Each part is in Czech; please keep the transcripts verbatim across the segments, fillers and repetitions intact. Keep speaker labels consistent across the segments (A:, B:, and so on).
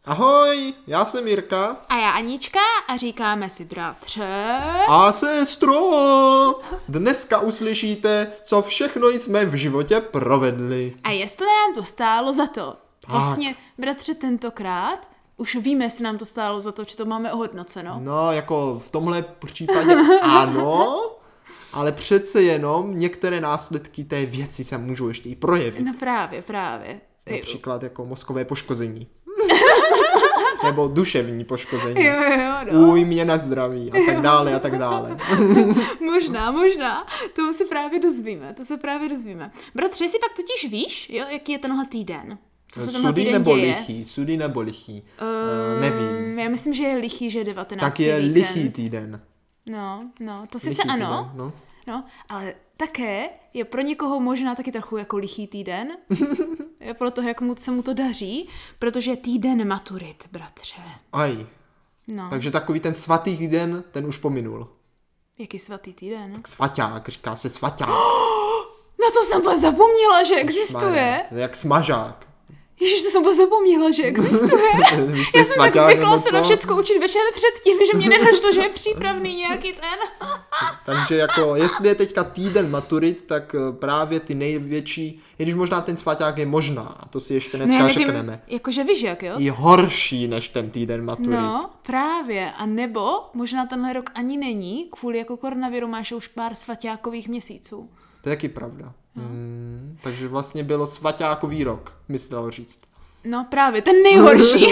A: Ahoj, já jsem Jirka.
B: A já Anička a říkáme si bratře.
A: A sestro, dneska uslyšíte, co všechno jsme v životě provedli.
B: A jestli nám to stálo za to. Vlastně, bratře, tentokrát už víme, jestli nám to stálo za to, že to máme ohodnoceno.
A: No, jako v tomhle případě ano, ale přece jenom některé následky té věci se můžou ještě i projevit.
B: No právě, právě.
A: Například jako mozkové poškození. Nebo duševní poškození.
B: Jo, jo, no.
A: Újmě na zdraví a tak dále a tak dále.
B: Možná, možná. To se právě dozvíme, to se právě dozvíme. Bratře, jestli pak totiž víš, jo, jaký je tenhle týden? Co se tenhle
A: Sudy
B: týden
A: nebo
B: děje?
A: lichý? Sudy nebo lichý?
B: Uh,
A: uh, nevím.
B: Já myslím, že je lichý, že je devatenáctý
A: Tak je
B: víkend.
A: lichý týden.
B: No, no, to sice
A: Lichý
B: ano,
A: týden, no.
B: no, ale také je pro někoho možná taky trochu jako lichý týden, je pro toho, jak mu, se mu to daří, protože je týden maturit, bratře.
A: Aj.
B: No,
A: Takže takový ten svatý týden, ten už pominul.
B: jaký svatý týden.
A: Tak svaťák, říká se svaťák.
B: Na to jsem úplně zapomněla, že existuje.
A: Šmarja, jak smažák.
B: Ježiš, to jsem úplně zapomněla, že existuje.
A: Víš,
B: Já
A: se
B: jsem tak
A: svaťák
B: zvykla
A: nebo
B: se na
A: co?
B: všecko učit večer předtím, že mě nedošlo, že je přípravný nějaký ten.
A: Takže jako, jestli je teďka týden maturit, tak eh, právě ty největší, i když možná ten svaťák je možná, a to si ještě dneska
B: No, já nevím,
A: řekneme,
B: jakože víš jak, jo?
A: je horší než ten týden maturit.
B: No, právě. A nebo možná tenhle rok ani není, kvůli jako koronaviru máš už pár svaťákových měsíců.
A: To je taky pravda. No. Hmm, takže vlastně bylo svaťákový rok, mi se dalo říct.
B: No právě, ten nejhorší.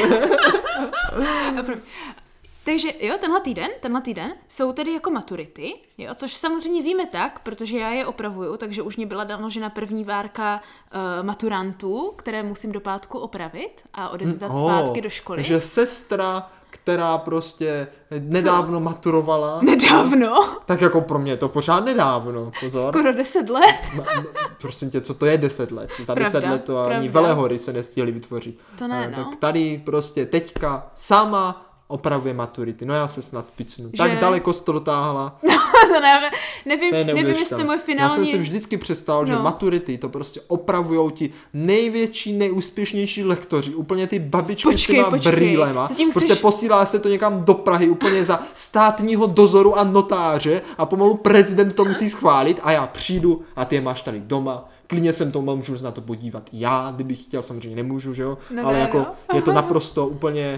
B: Takže jo, tenhle týden, tenhle týden jsou tedy jako maturity, jo, což samozřejmě víme tak, protože já je opravuju, takže už mě byla naložena první várka uh, maturantů, které musím do pátku opravit a odevzdat
A: Hmm,
B: zpátky do školy.
A: Takže sestra, která prostě nedávno Co? maturovala.
B: Nedávno.
A: Tak jako pro mě je to pořád nedávno, pozor.
B: Skoro deset let.
A: No, no, prosím tě, co to je deset let? Za
B: Pravda,
A: deset let to ani
B: pravda.
A: Velehory se nestihly vytvořit.
B: To ne,
A: Eh,
B: no.
A: Tak tady prostě teďka sama opravuje maturity. No já se snad picnu.
B: Že?
A: Tak daleko jsi to dotáhla.
B: To ne, nevím,
A: To je
B: nevím, jestli
A: neuvěřitelné.
B: moje finální...
A: Já jsem si vždycky představil, že
B: No.
A: maturity to prostě opravujou ti největší, nejúspěšnější lektoři. Úplně ty babičky
B: Počkej,
A: s těma
B: počkej.
A: brýlema.
B: Co tím
A: Prostě
B: chceš-
A: posílá se to někam do Prahy úplně za státního dozoru a notáře a pomalu prezident to musí schválit a já přijdu a ty je máš tady doma. Klidně jsem to můžu na to podívat já, kdybych chtěl, samozřejmě nemůžu, že jo?
B: No
A: Ale
B: ne,
A: jako
B: no.
A: je to naprosto úplně...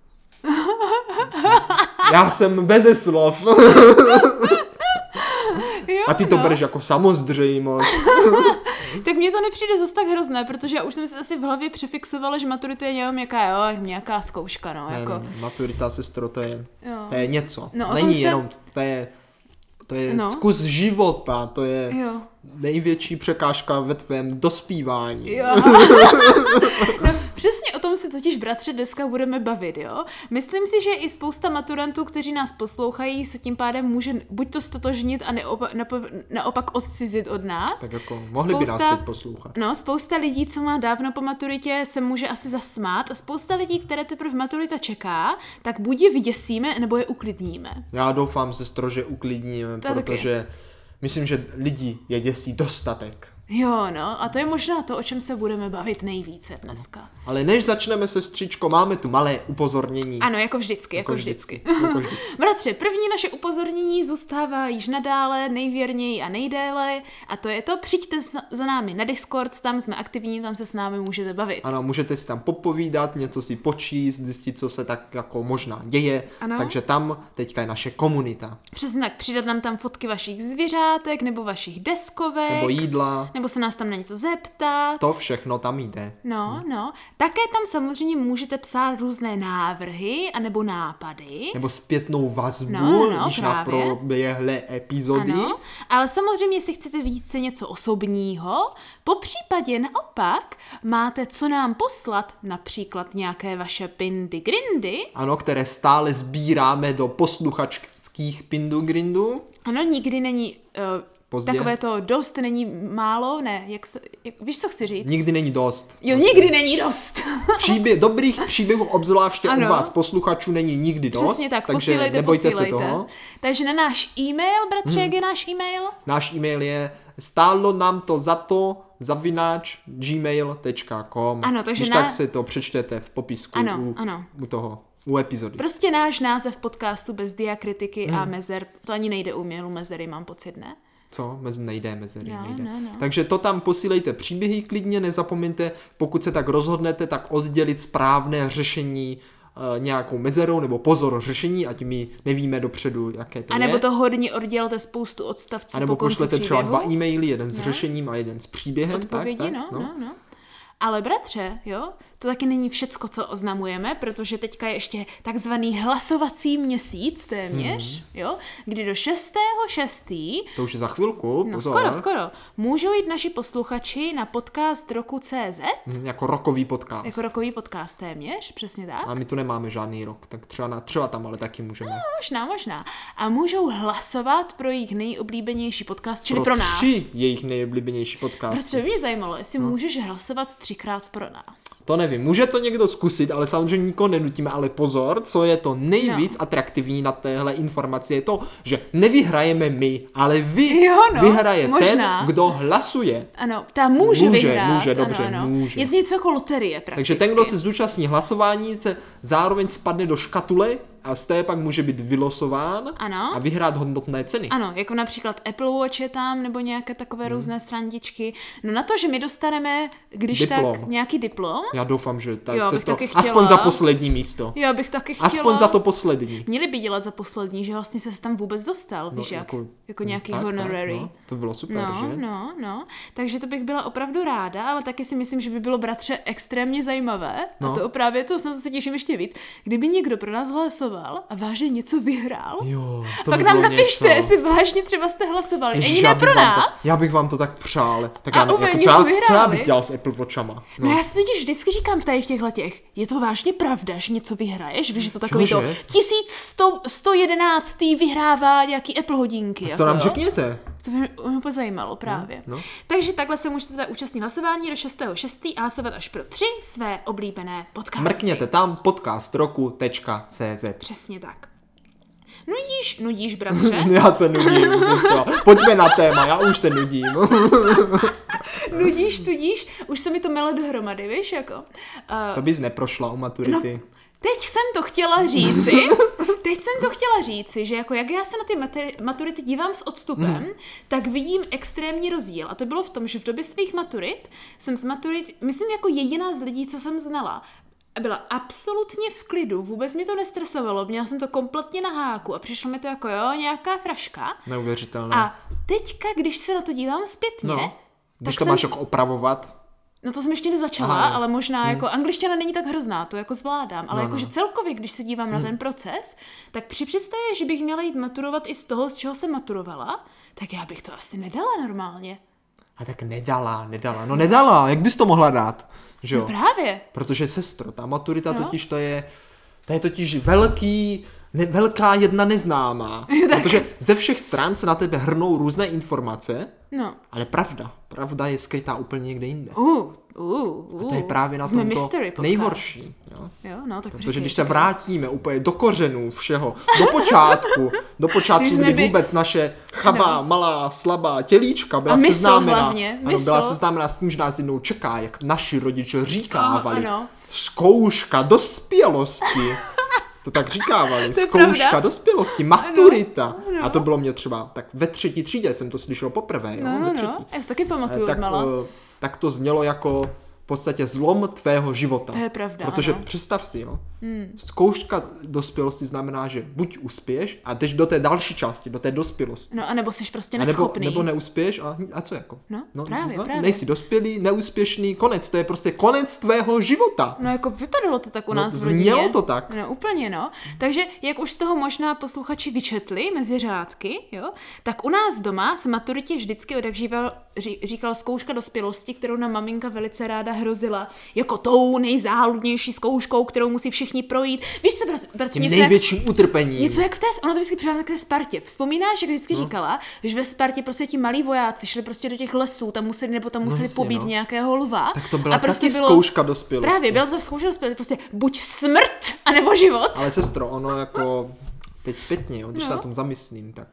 A: Já jsem beze slov.
B: Jo,
A: A ty to
B: no.
A: bereš jako samozřejmost.
B: Tak mně to nepřijde zas tak hrozné, protože já už jsem si asi v hlavě přefixovala, že maturita je nějaká, jo, nějaká zkouška, no,
A: Ne,
B: jako.
A: ne, maturita, sestro, to je,
B: Jo.
A: to je něco.
B: No, o tom
A: Není
B: se-
A: jenom, to je, to je
B: No.
A: kus života, to je
B: Jo.
A: největší překážka ve tvém dospívání.
B: Jo. No, přesně o tom se totiž, bratře, dneska budeme bavit, jo. Myslím si, že i spousta maturantů, kteří nás poslouchají, se tím pádem může buď to stotožnit a neopa- napo- naopak odcizit od nás.
A: Tak jako, mohli by nás teď poslouchat.
B: No, spousta lidí, co má dávno po maturitě, se může asi zasmát a spousta lidí, které teprve maturita čeká, tak buď je vyděsíme, nebo je uklidníme.
A: Já doufám, sestro, že uklidníme,
B: To taky.
A: protože myslím, že lidi je děsí dostatek.
B: Jo, no, a to je možná to, o čem se budeme bavit nejvíce dneska.
A: Ale než začneme, sestřičko, máme tu malé upozornění.
B: Ano, jako vždycky, jako, vždycky.
A: Jako vždycky.
B: Bratře, první naše upozornění zůstává již nadále, nejvěrněji a nejdéle, a to je to, přijďte s- za námi na Discord, tam jsme aktivní, tam se s námi můžete bavit.
A: Ano, můžete si tam popovídat, něco si počíst, zjistit, co se tak jako možná děje.
B: Ano.
A: Takže tam teďka je naše komunita.
B: Přesně tak, přidat nám tam fotky vašich zvířátek, nebo vašich deskovek,
A: Nebo jídla.
B: nebo se nás tam na něco zeptat.
A: To všechno tam jde.
B: No, no. Také tam samozřejmě můžete psát různé návrhy, anebo nápady.
A: Nebo zpětnou vazbu,
B: No, no,
A: když na
B: právě.
A: proběhlé epizody.
B: Ano, ale samozřejmě, jestli chcete více něco osobního, po případě naopak máte co nám poslat, například nějaké vaše pindy grindy.
A: Ano, které stále sbíráme do posluchačských pindugrindů.
B: Ano, nikdy není uh,
A: Pozdě.
B: takové to dost, není málo, ne, jak se, jak, víš, co chci říct?
A: Nikdy není dost.
B: Jo, nikdy není dost.
A: Příběh, dobrých příběhů, obzvláště
B: Ano.
A: u vás posluchačů, není nikdy dost.
B: Přesně tak,
A: takže
B: posílejte,
A: nebojte
B: posílejte.
A: se toho.
B: Takže na náš e-mail, bratře, hmm. jak je náš e-mail?
A: Náš e-mail je stálo nám to za to zavináč gmail tečka com.
B: Ano, takže
A: Když
B: na...
A: tak si to přečtete v popisku
B: ano,
A: u,
B: ano.
A: u toho, u epizody.
B: Prostě náš název podcastu bez diakritiky hmm. a mezer, to ani nejde umělu mezery, mám pocit, ne?
A: Co? Mez, nejde mezery,
B: no,
A: nejde.
B: No, no.
A: Takže to tam posílejte příběhy klidně, nezapomeňte, pokud se tak rozhodnete, tak oddělit správné řešení uh, nějakou mezerou, nebo pozor řešení, ať my nevíme dopředu, jaké to
B: a
A: je.
B: nebo to hodně oddělte spoustu odstavců.
A: A nebo
B: po konci
A: pošlete třeba
B: příběhu.
A: dva e-maily, jeden s
B: no.
A: řešením a jeden s příběhem.
B: Odpovědi,
A: tak, tak,
B: no,
A: no.
B: no, no. Ale bratře, jo, to taky není všecko, co oznamujeme, protože teďka je ještě takzvaný hlasovací měsíc téměř, hmm. jo, kdy do šestého šestého
A: To už je za chvilku,
B: no
A: pozor.
B: skoro, skoro, můžou jít naši posluchači na podcast roku tečka cé zet.
A: Hmm, jako rokový podcast.
B: Jako rokový podcast téměř, přesně tak.
A: A my tu nemáme žádný rok, tak třeba, na, třeba tam ale taky můžeme.
B: No, možná, možná. A můžou hlasovat pro jejich nejoblíbenější podcast, čili pro,
A: pro
B: nás.
A: tři jejich nejoblíbenější podcasty.
B: Protože by mě zajímalo, jestli no. můžeš hlasovat třikrát pro nás.
A: To nevím, může to někdo zkusit, ale samozřejmě nikoho nenutíme, ale pozor, co je to nejvíc no. atraktivní na téhle informaci, je to, že nevyhrajeme my, ale vy
B: jo, no,
A: vyhraje
B: možná.
A: ten, kdo hlasuje.
B: Ano, ta může,
A: může
B: vyhrát.
A: Může, dobře,
B: ano, ano.
A: může.
B: Je to něco jako loterie prakticky.
A: Takže ten, kdo se zúčastní hlasování, se zároveň spadne do škatule a z té pak může být vylosován
B: ano.
A: a vyhrát hodnotné ceny.
B: Ano, jako například Apple Watch je tam, nebo nějaké takové hmm. různé srandičky. No na to, že my dostaneme, když diplom. tak nějaký diplom.
A: Já doufám, že tak
B: jo,
A: se
B: bych
A: to,
B: taky chtěla.
A: aspoň za poslední místo.
B: Jo, bych taky chtěla.
A: Aspoň za to poslední.
B: Měli by dělat za poslední, že vlastně se tam vůbec dostal,
A: no,
B: víš jak?
A: Jako,
B: jako nějaký
A: tak,
B: honorary.
A: Tak, no, to bylo super,
B: no,
A: že?
B: No, no, takže to bych byla opravdu ráda, ale taky si myslím, že by bylo, bratře, extrémně zajímavé. No. A to právě to snad se těším ještě víc. Kdyby někdo pro nás hlasoval a vážně něco vyhrál,
A: jo, to
B: pak
A: by
B: nám
A: bylo
B: napište,
A: něco.
B: jestli vážně třeba jste hlasovali.
A: Ježiš,
B: Ani ne pro nás.
A: To, já bych vám to tak přál. Tak
B: a
A: já,
B: úplně
A: jako,
B: něco
A: co, já,
B: vyhráli.
A: co já bych dělal s Apple Watchama?
B: No. no já si totiž vždycky říkám tady v těchhle těch, je to vážně pravda, že něco vyhraješ, když je to takový
A: Čože?
B: to tisíc sto jedenáct vyhrává nějaký Apple hodinky.
A: Tak
B: jako,
A: to nám
B: jo?
A: řekněte.
B: To by mě pozajímalo právě.
A: No, no.
B: Takže takhle se můžete teda účastnit hlasování do šestého šestého a hlasovat až pro tři své oblíbené podcasty.
A: Mrkněte tam podcast roku tečka cé zet.
B: Přesně tak. Nudíš, nudíš, bratře?
A: Já se nudím. Pojďme na téma, já už se nudím.
B: Nudíš, tudíž, už se mi to mele dohromady, víš, jako. Uh,
A: to bys neprošla u maturity.
B: No, teď jsem to chtěla říci, teď jsem to chtěla říci, že jako jak já se na ty materi- maturity dívám s odstupem, mm. tak vidím extrémní rozdíl. A to bylo v tom, že v době svých maturit jsem z maturit, myslím jako jediná z lidí, co jsem znala, byla absolutně v klidu, vůbec mě to nestresovalo, měla jsem to kompletně na háku a přišlo mi to jako jo, nějaká fraška.
A: Neuvěřitelné.
B: A teďka, když se na to dívám zpětně,
A: no, když
B: tak
A: to
B: jsem...
A: máš jako opravovat.
B: No to jsem ještě nezačala,
A: Aha,
B: ale možná
A: hmm.
B: jako angličtina není tak hrozná, to jako zvládám, ale
A: no,
B: jakože
A: no.
B: celkově, když se dívám hmm. na ten proces, tak při představě, že bych měla jít maturovat i z toho, z čeho jsem maturovala, tak já bych to asi nedala normálně.
A: A tak nedala, nedala, no nedala, jak bys to mohla dát? Že jo?
B: No právě.
A: Protože sestro, ta maturita
B: no.
A: totiž to je, to je totiž velký, ne, velká jedna neznámá. Protože ze všech stran se na tebe hrnou různé informace,
B: no.
A: ale pravda, pravda je skrytá úplně někde jinde.
B: Uh, uh, uh.
A: A to je právě na
B: Jsme
A: tomto nejhorší. Jo?
B: Jo, no, tak
A: protože když se vrátíme úplně do kořenů všeho, do počátku, do počátku, kdy by... vůbec naše chabá, no. malá, slabá tělíčka byla seznámena, ano, byla seznámena s tím, že nás jednou čeká, jak naši rodiče říkávali, oh, zkouška dospělosti. To tak říkávali, to zkouška pravda? Dospělosti, maturita. Ano, ano. A to bylo mě třeba, tak ve třetí třídě jsem to slyšel poprvé.
B: No,
A: jo,
B: no,
A: ve třetí.
B: no, já si taky pamatuju
A: tak,
B: mala.
A: Tak to znělo jako v podstatě zlom tvého života.
B: To je pravda,
A: protože
B: ano.
A: představ si, jo,
B: hmm.
A: zkouška dospělosti znamená, že buď uspěješ a jdeš do té další části, do té dospělosti.
B: No a nebo jsi prostě
A: A
B: neschopný.
A: nebo, nebo neuspěješ a, a co jako?
B: No, no právě,
A: no,
B: právě.
A: Nejsi dospělý, neúspěšný, konec. To je prostě konec tvého života.
B: No jako vypadalo to tak u
A: no,
B: nás v rodině.
A: Znělo to tak.
B: No úplně, no. Takže jak už z toho možná posluchači vyčetli mezi řádky, jo, tak u nás doma se maturitě vždycky odjakžival, ří, říkal zkouška dospělosti, kterou nám maminka velice ráda hrozila jako tou nejzáludnější zkouškou, kterou musí všichni projít. Víš co, bratře, něco
A: největším
B: jak,
A: utrpením.
B: Něco jak v té, ono to vždycky přijde k té Spartě. Vzpomínáš, že vždycky no. říkala, že ve Spartě prostě ti malí vojáci šli prostě do těch lesů, tam museli nebo tam museli no, jasně, pobít no. nějakého lva.
A: Tak to byla
B: a prostě
A: taky
B: bylo,
A: zkouška dospělosti.
B: Právě, byla to zkouška dospělosti, prostě buď smrt, anebo život.
A: Ale sestro, ono jako teď zpětně, jo, když no. se na tom zamyslím, tak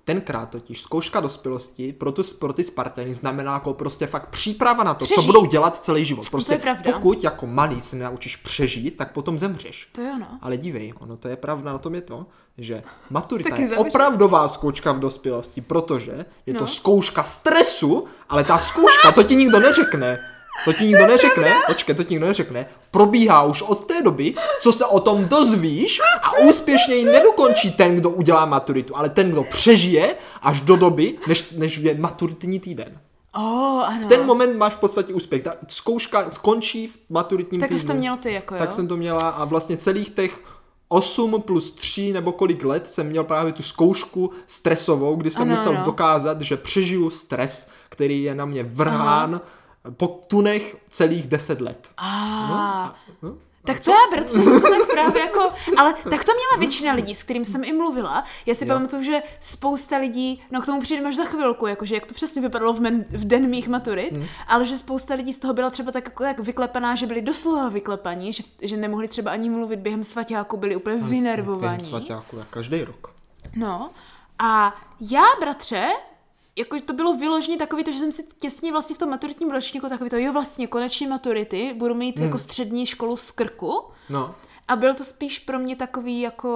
A: Tenkrát totiž zkouška dospělosti pro, tu, pro ty Spartany znamenala jako prostě fakt příprava na to,
B: přežít.
A: co budou dělat celý život. Prostě
B: to je pravda.
A: pokud jako malý se nenaučíš přežít, tak potom zemřeš.
B: To jo, no.
A: Ale dívej, ono to je pravda, na tom je to, že maturita
B: Taky
A: je
B: zamýšlím.
A: opravdová zkouška v dospělosti, protože je
B: No.
A: to zkouška stresu, ale ta zkouška, to ti nikdo neřekne. To ti nikdo neřekne, počkej, to ti nikdo neřekne, probíhá už od té doby, co se o tom dozvíš a úspěšně ji nedokončí ten, kdo udělá maturitu, ale ten, kdo přežije až do doby, než, než je maturitní týden.
B: Oh, ano.
A: V ten moment máš v podstatě úspěch. Ta zkouška skončí v maturitním
B: tak
A: týdnu.
B: jsi to měl ty, jako jo?
A: Tak jsem to měla a vlastně celých těch osm plus tři nebo kolik let jsem měl právě tu zkoušku stresovou, kdy jsem
B: ano,
A: musel
B: ano.
A: dokázat, že přežiju stres, který je na mě vrhán Aha. po tunech celých deset let.
B: Ah.
A: No, a, no,
B: Tak to já, bratře, jsem to tak právě jako, ale tak to měla většina lidí, s kterým jsem i mluvila. Já si
A: Jo.
B: pamatuju, že spousta lidí, no k tomu přijdeme až za chvilku, jakože jak to přesně vypadalo v, men, v den mých maturit, hmm. ale že spousta lidí z toho byla třeba tak jako jak vyklepaná, že byli doslova vyklepaní, že, že nemohli třeba ani mluvit během svaťáku, byli úplně vynervovaní.
A: Během svaťáku, jak každý rok.
B: No a já, bratře, jako to bylo vyloženě takový to, že jsem si těsně vlastně v tom maturitním ročníku takový to, jo vlastně konečně maturity, budu mít hmm. jako střední školu z krku.
A: No.
B: A byl to spíš pro mě takový jako,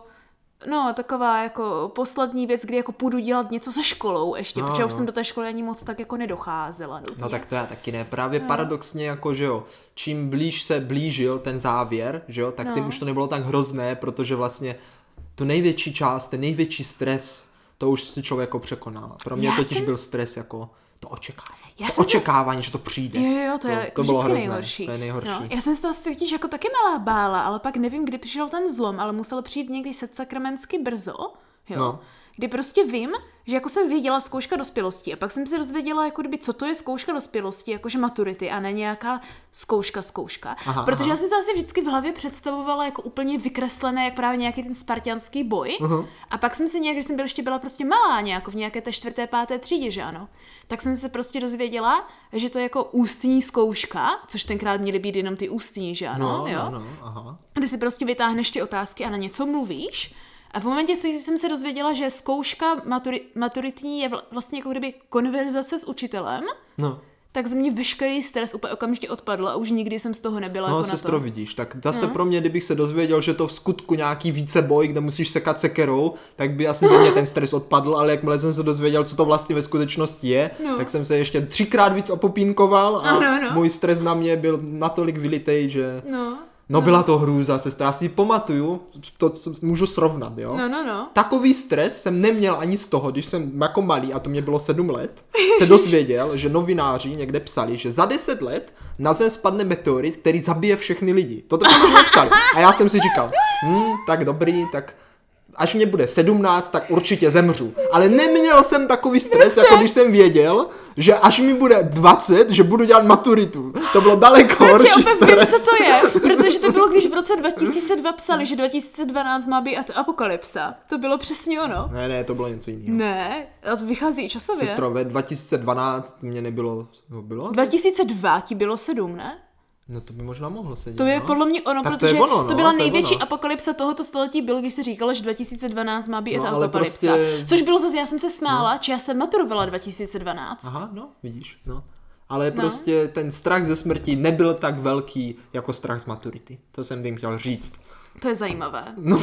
B: no taková jako poslední věc, kdy jako půjdu dělat něco se školou ještě,
A: no,
B: protože
A: no.
B: už jsem do té školy ani moc tak jako nedocházela nutně.
A: No tak to já taky ne, právě no. paradoxně jako, že jo, čím blíž se blížil ten závěr, že jo, tak
B: no.
A: tím už to nebylo tak hrozné, protože vlastně tu největší část, ten největší stres, to už si člověk jako překonal. Pro mě
B: já
A: totiž
B: jsem...
A: byl stres jako to očekávání.
B: Já
A: to očekávání, se... že to přijde.
B: Jo, jo, to, to je jako
A: to bylo
B: vždycky
A: hrozné,
B: nejhorší.
A: To je nejhorší.
B: No, já jsem se toho totiž jako taky malá bála, ale pak nevím, kdy přišel ten zlom, ale musel přijít někdy sedsakramensky brzo, jo. No. Kdy prostě vím, že jako jsem věděla zkouška dospělosti a pak jsem se dozvěděla, jako kdyby, co to je zkouška dospělosti, jakože maturity a ne nějaká zkouška, zkouška. Aha, protože aha. já jsem se asi vždycky v hlavě představovala jako úplně vykreslené, jak právě nějaký ten spartianský boj. Uh-huh. A pak jsem se nějak, když jsem byla ještě byla prostě malá nějak v nějaké té čtvrté, páté třídě, že ano, tak jsem se prostě dozvěděla, že to je jako ústní zkouška, což tenkrát měly být jenom ty ústní, že ano,
A: no,
B: jo.
A: No, no, aha.
B: Kde si prostě vytáhneš ty otázky a na něco mluvíš. A v momentě jsem se dozvěděla, že zkouška maturi- maturitní je vlastně jako kdyby konverzace s učitelem,
A: no.
B: tak z mě veškerý stres úplně okamžitě odpadl a už nikdy jsem z toho nebyla
A: no,
B: jako na
A: sestro,
B: to.
A: vidíš, tak zase
B: no.
A: pro mě, kdybych se dozvěděl, že to v skutku nějaký víceboj, kde musíš sekat sekerou, tak by asi ze mě ten stres odpadl, ale jakmile jsem se dozvěděl, co to vlastně ve skutečnosti je, no. tak jsem se ještě třikrát víc opopínkoval a
B: no, no, no.
A: můj stres na mě byl natolik vylitej, že...
B: No.
A: No, byla to hrůza, sestra, já si pamatuju, to můžu srovnat, jo.
B: No, no, no.
A: Takový stres jsem neměl ani z toho, když jsem jako malý, a to mě bylo sedm let, se dozvěděl, že novináři někde psali, že za deset let na Zem spadne meteorit, který zabije všechny lidi. To tak nepsali. A já jsem si říkal, hm, tak dobrý, tak až mě bude sedmnáct, tak určitě zemřu. Ale neměl jsem takový stres, jako když jsem věděl, že až mi bude dvacet, že budu dělat maturitu. To bylo daleko horší stres.
B: Vím, co to je, protože to bylo, když v roce dva tisíce dva psali, že dva tisíce dvanáct má být apokalypsa. To bylo přesně ono.
A: Ne, ne, to bylo něco jiného.
B: Ne, a to vychází i časově.
A: Sestro, ve dva tisíce dvanáct mě nebylo, no bylo?
B: dva tisíce dva ti bylo sedm, ne?
A: No to by možná mohlo sedět.
B: To je
A: no?
B: podle mě ono,
A: tak
B: protože to,
A: ono, no,
B: to byla
A: to
B: největší
A: ono.
B: apokalypsa tohoto století byl, když se říkalo, že dva tisíce dvanáct má být
A: no,
B: apokalypsa. Prostě... Což bylo zase, já jsem se smála, no. či já jsem maturovala dva tisíce dvanáct.
A: Aha, no, vidíš, no. Ale no. prostě ten strach ze smrti nebyl tak velký jako strach z maturity. To jsem tím chtěl říct.
B: To je zajímavé. No.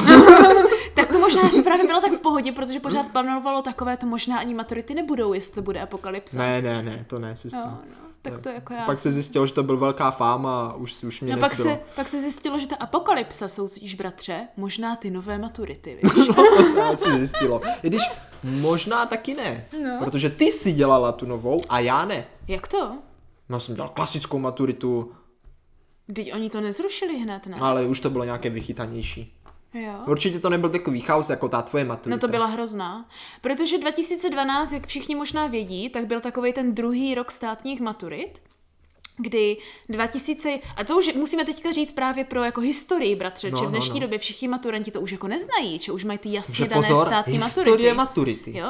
B: Tak to možná asi právě bylo tak v pohodě, protože pořád plánovalo takové, to možná ani maturity nebudou, jestli bude apokalypsa.
A: Ne, ne, ne, to ne, sestro.
B: No, no. Tak to jako já.
A: Pak se zjistilo, že to byl velká fáma a už, už mě
B: no, pak
A: nezbylo.
B: se, pak se zjistilo, že ta apokalypsa jsou totiž, bratře, možná ty nové maturity, víš?
A: No, to se asi zjistilo. I když možná taky ne,
B: no.
A: protože ty si dělala tu novou a já ne.
B: Jak to?
A: No, jsem dělal klasickou maturitu.
B: Vždyť oni to nezrušili hned, ne?
A: Ale už to bylo nějaké vychytanější.
B: Jo.
A: Určitě to nebyl takový chaos jako ta tvoje maturita.
B: No to byla hrozná. Protože dva tisíce dvanáct, jak všichni možná vědí, tak byl takovej ten druhý rok státních maturit, kdy dva tisíce, a to už musíme teďka říct právě pro jako historii, bratře,
A: no,
B: že v dnešní
A: no, no.
B: době všichni maturanti to už jako neznají, že už mají ty jasně
A: že
B: dané
A: pozor,
B: státní
A: historie
B: maturity.
A: maturity.
B: Jo?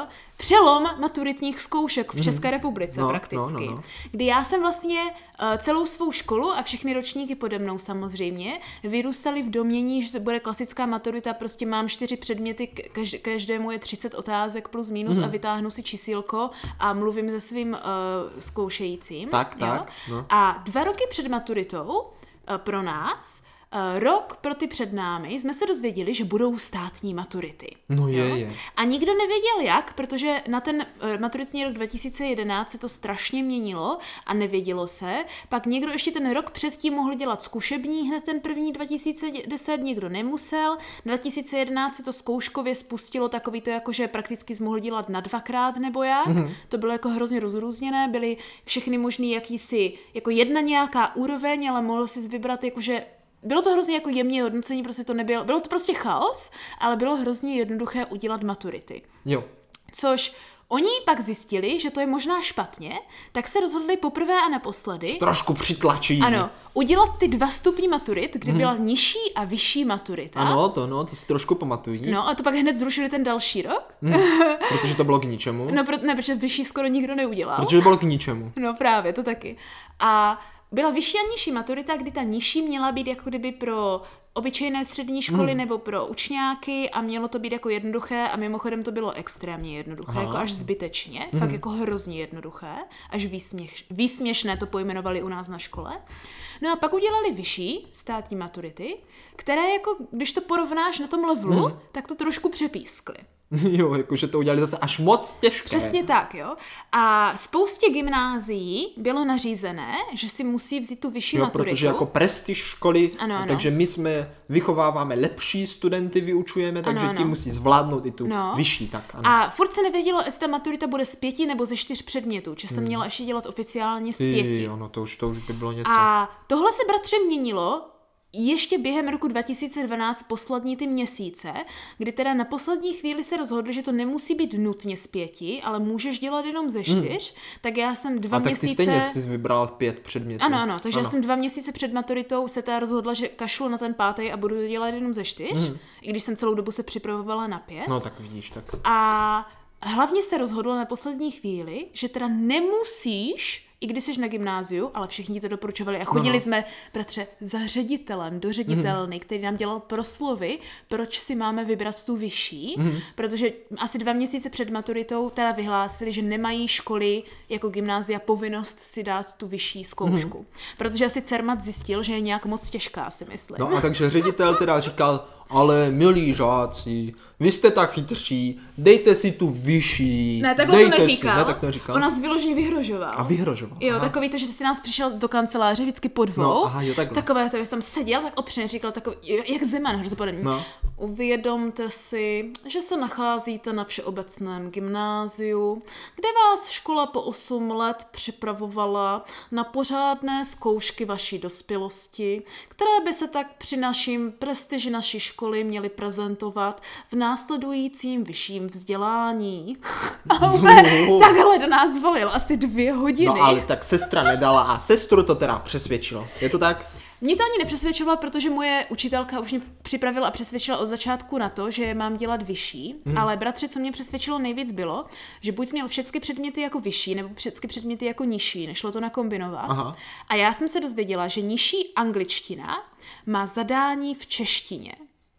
B: přelom maturitních zkoušek v České republice
A: no,
B: prakticky.
A: No, no, no.
B: Kdy já jsem vlastně uh, celou svou školu a všechny ročníky pode mnou samozřejmě vyrůstaly v domění, že to bude klasická maturita, prostě mám čtyři předměty, každé, každému je třicet otázek plus minus mm. a vytáhnu si čísílko a mluvím se svým uh, zkoušejícím.
A: Tak,
B: jo?
A: tak. No.
B: A dva roky před maturitou uh, pro nás Uh, rok pro ty před námi jsme se dozvěděli, že budou státní maturity.
A: No je, jo? je.
B: A nikdo nevěděl jak, protože na ten uh, maturitní rok dva tisíce jedenáct se to strašně měnilo a nevědělo se. Pak někdo ještě ten rok předtím mohl dělat zkušební, hned ten první dva tisíce deset, někdo nemusel. dva tisíce jedenáct se to zkouškově spustilo takový to, jako že prakticky jsi mohl dělat na dvakrát nebo jak. Mm-hmm. To bylo jako hrozně rozrůzněné, byly všechny možný jakýsi, jako jedna nějaká úroveň, ale mohl si vybrat jakože bylo to hrozně jako jemně hodnocení, prostě to nebylo, bylo to prostě chaos, ale bylo hrozně jednoduché udělat maturity.
A: Jo.
B: Což oni pak zjistili, že to je možná špatně, tak se rozhodli poprvé a naposledy.
A: Trošku přitlačí.
B: Ano, udělat ty dva stupní maturit, kdy hmm. byla nižší a vyšší maturita.
A: Ano, to no, to si trošku pamatují.
B: No a to pak hned zrušili ten další rok.
A: Hmm. Protože to bylo k ničemu.
B: No, pro, ne, protože vyšší skoro nikdo neudělal.
A: Protože to bylo k ničemu.
B: No právě, to taky. A byla vyšší a nižší maturita, kdy ta nižší měla být jako kdyby pro obyčejné střední školy mm. nebo pro učňáky a mělo to být jako jednoduché a mimochodem to bylo extrémně jednoduché, Aha. jako až zbytečně, mm. fakt jako hrozně jednoduché, až výsměš, výsměšné to pojmenovali u nás na škole. No a pak udělali vyšší státní maturity, které jako, když to porovnáš na tom levelu, mm. tak to trošku přepískly.
A: Jo, jakože to udělali zase až moc těžké.
B: Přesně tak, jo. A spoustě gymnázií bylo nařízené, že si musí vzít tu vyšší
A: jo,
B: maturitu.
A: protože jako prestiž školy,
B: ano, ano.
A: takže my jsme vychováváme lepší studenty, vyučujeme, takže
B: ano, ano.
A: ti musí zvládnout i tu
B: no.
A: vyšší. Tak, ano.
B: A furt se nevědělo, jestli ta maturita bude z pěti nebo ze čtyř předmětů, že jsem hmm. měla ještě dělat oficiálně z pěti.
A: Jo, no to už, to už by bylo něco.
B: A tohle se bratře měnilo ještě během roku dva tisíce dvanáct poslední ty měsíce, kdy teda na poslední chvíli se rozhodli, že to nemusí být nutně z pěti, ale můžeš dělat jenom ze čtyř, hmm. tak já jsem dva
A: a
B: měsíce...
A: A tak ty stejně jsi vybrala pět předmětů.
B: Ano, ano, takže
A: ano.
B: já jsem dva měsíce před maturitou se teda rozhodla, že kašlu na ten pátý a budu dělat jenom ze čtyř, hmm. i když jsem celou dobu se připravovala na pět.
A: No tak vidíš, tak.
B: A hlavně se rozhodlo na poslední chvíli, že teda nemusíš, i když jsi na gymnáziu, ale všichni to doporučovali a chodili no. jsme, bratře, za ředitelem do ředitelny, mm. který nám dělal proslovy, proč si máme vybrat tu vyšší, mm. protože asi dva měsíce před maturitou teda vyhlásili, že nemají školy jako gymnázia povinnost si dát tu vyšší zkoušku. Mm. Protože asi Cermat zjistil, že je nějak moc těžká, si myslím.
A: No a takže ředitel teda říkal, ale milí žáci, vy jste tak chytří, dejte si tu vyšší.
B: Ne, takhle
A: dejte
B: to neříkal.
A: Si, ne, tak neříkal.
B: On nás vyloženě vyhrožoval.
A: A vyhrožoval.
B: Jo,
A: aha.
B: takový to, že si nás přišel do kanceláře vždycky po dvou.
A: No, aha, jo,
B: takové to, že jsem seděl, tak opřeně říkal takový, jak Zeman, hrozně podobně.
A: No.
B: Uvědomte si, že se nacházíte na všeobecném gymnáziu, kde vás škola po osm let připravovala na pořádné zkoušky vaší dospělosti, které by se tak při naším prestiži naší školy měly prezentovat v následujícím vyšším vzdělání. A úplně takhle do nás volil asi dvě hodiny.
A: No ale tak sestra nedala a sestru to teda přesvědčilo. Je to tak?
B: Mě to ani nepřesvědčilo, protože moje učitelka už mě připravila a přesvědčila od začátku na to, že mám dělat vyšší, hmm. ale bratře, co mě přesvědčilo nejvíc bylo, že buď jsi měl všechny předměty jako vyšší, nebo všechny předměty jako nižší, nešlo to nakombinovat. Aha. A já jsem se dozvěděla, že nižší angličtina má zadání v češtině.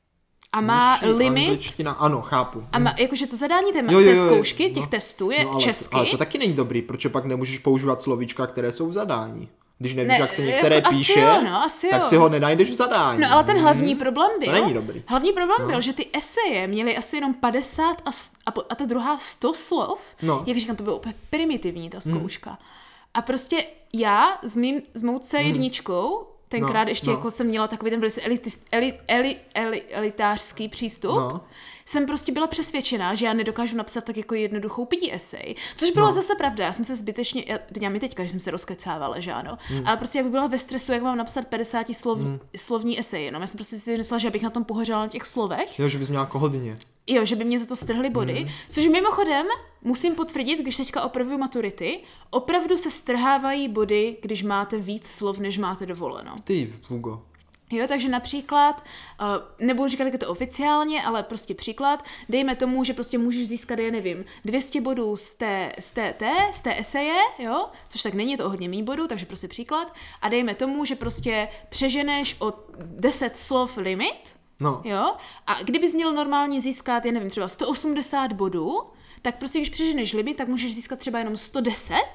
B: A má
A: nižší
B: limit.
A: Angličtina, ano, chápu.
B: A má, jakože to zadání té,
A: jo, jo, jo,
B: té zkoušky,
A: no,
B: těch testů je
A: no, ale
B: česky.
A: To, ale to taky není dobrý, protože pak nemůžeš používat slovíčka, které jsou v zadání. Když nevíš, ne, jak se některé
B: jako
A: píše,
B: asi jo, no, asi
A: tak
B: jo.
A: si ho nenajdeš v zadání.
B: No ale ten hlavní hmm. problém byl,
A: to není dobrý.
B: Hlavní problém
A: no.
B: byl, že ty eseje měly asi jenom padesát a, a, a ta druhá sto slov. No. Jak říkám, to bylo úplně primitivní ta zkouška. Hmm. A prostě já s, mým, s mou C jedničkou, tenkrát no, ještě no. jako jsem měla takový ten velice elitist, elit, elit, elit, elitářský přístup, no. jsem prostě byla přesvědčená, že já nedokážu napsat tak jako jednoduchou pití esej. Což bylo no. zase pravda, já jsem se zbytečně, já, já mi teďka, že jsem se rozkecávala, že ano. Hmm. Ale prostě já bych byla ve stresu, jak mám napsat padesát slov, hmm. slovní esej, jenom já jsem prostě si myslela, že bych na tom pohořela na těch slovech.
A: Jo, že bys měla jako hodně.
B: Jo, že by mě za to strhly body, hmm. což mimochodem musím potvrdit, když teďka opravuju maturity, opravdu se strhávají body, když máte víc slov, než máte dovoleno.
A: Ty, Fugo.
B: Jo, takže například, uh, nebudu říkat, jak je to oficiálně, ale prostě příklad, dejme tomu, že prostě můžeš získat, já nevím, dvě stě bodů z té, z té, té, z té eseje, jo, což tak není, je to o hodně méně bodů, takže prostě příklad, a dejme tomu, že prostě přeženeš o deset slov limit,
A: No.
B: jo, a kdybys měl normálně získat, já nevím, třeba sto osmdesát bodů, tak prostě když přeženeš limit, tak můžeš získat třeba jenom sto deset,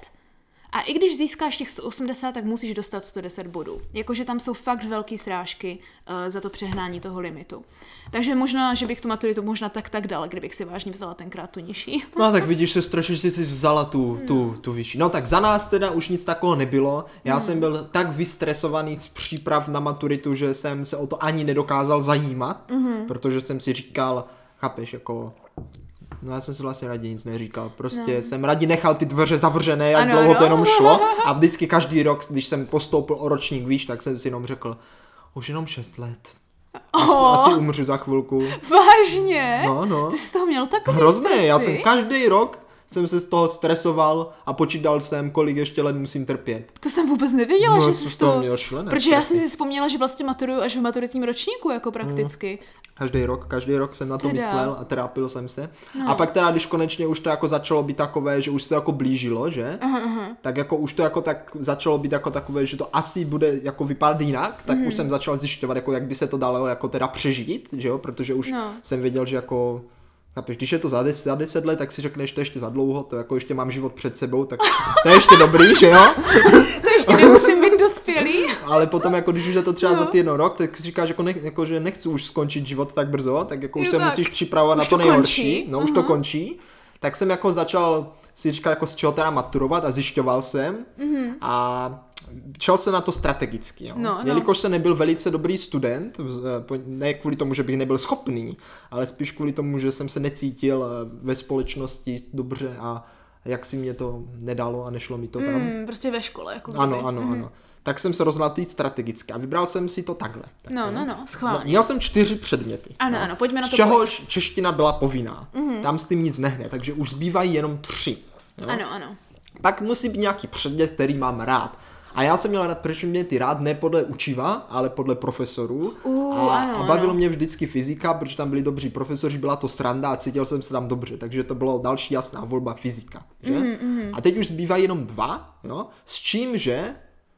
B: a i když získáš těch sto osmdesát, tak musíš dostat sto deset bodů. Jakože tam jsou fakt velký srážky uh, za to přehnání toho limitu. Takže možná, že bych tu maturitu možná tak tak dala, kdybych si vážně vzala tenkrát tu nižší.
A: No tak vidíš, že strašně jsi si vzala tu, tu, tu vyšší. No tak za nás teda už nic takového nebylo. Já hmm. jsem byl tak vystresovaný z příprav na maturitu, že jsem se o to ani nedokázal zajímat, hmm. protože jsem si říkal, chápeš, jako... No já jsem si vlastně raději nic neříkal, prostě no. jsem raději nechal ty dveře zavřené, jak ano, dlouho no. to jenom šlo a vždycky každý rok, když jsem postoupil o ročník výš, tak jsem si jenom řekl, už jenom šest let, asi, oh. asi umřu za chvilku.
B: Vážně?
A: No, no.
B: Ty jsi toho měl takový
A: Hrozné,
B: stresy?
A: Já jsem každý rok jsem se z toho stresoval a počítal jsem, kolik ještě let musím trpět.
B: To jsem vůbec nevěděla,
A: no,
B: že jsi z toho...
A: měl šlené
B: Protože stresy. Já jsem si vzpomněla, že vlastně maturuju až v maturitním ročníku, jako prakticky.
A: Mm. Každý rok, každý rok jsem na to
B: teda.
A: myslel a trápil jsem se.
B: No.
A: A pak teda, když konečně už to jako začalo být takové, že už se to jako blížilo, že? Aha, aha. Tak jako už to jako tak začalo být jako takové, že to asi bude jako vypadat jinak, tak mm. už jsem začal zjišťovat, jako jak by se to dalo jako teda přežít, že jo? Protože už no. jsem věděl, že jako chápeš, když je to za deset, za deset let, tak si řekneš, to ještě za dlouho, to jako ještě mám život před sebou, tak to je ještě dobrý, že jo?
B: To ještě nemusím být dospělý.
A: Ale potom, jako když už je to třeba no. za týden rok, tak si říkáš, jako, ne, jako, že nechci už skončit život tak brzo, tak jako už jo, se tak. musíš připravovat už na to, to nejhorší. Končí. No, už uh-huh. to končí. Tak jsem jako začal si říkat, jako z čeho teda maturovat a zjišťoval jsem. Uh-huh. A šel se na to strategicky. Jo. No, Jelikož no. jsem nebyl velice dobrý student, ne kvůli tomu, že bych nebyl schopný, ale spíš kvůli tomu, že jsem se necítil ve společnosti dobře a jak si mě to nedalo a nešlo mi to tam.
B: Mm, prostě ve škole. Jako kdyby.
A: Ano, ano, mm. ano. Tak jsem se rozhodl jít strategicky a vybral jsem si to takhle. Tak,
B: no, no, no, schválně.
A: Měl jsem čtyři předměty.
B: Ano,
A: no.
B: ano, pojďme na to.
A: Z čehož čeština byla povinná. Mm. Tam s tím nic nehne, takže už zbývají jenom tři. Jo?
B: Ano, ano.
A: Pak musí být nějaký předmět, který mám rád. A já jsem měl rád předměty rád ne podle učiva, ale podle profesorů. Uh, a, ano, a bavilo ano. mě vždycky fyzika, protože tam byli dobří profesoři, byla to sranda a cítil jsem se tam dobře, takže to bylo další jasná volba fyzika. Že? Mm, mm. A teď už zbývají jenom dva, jo? S čím, že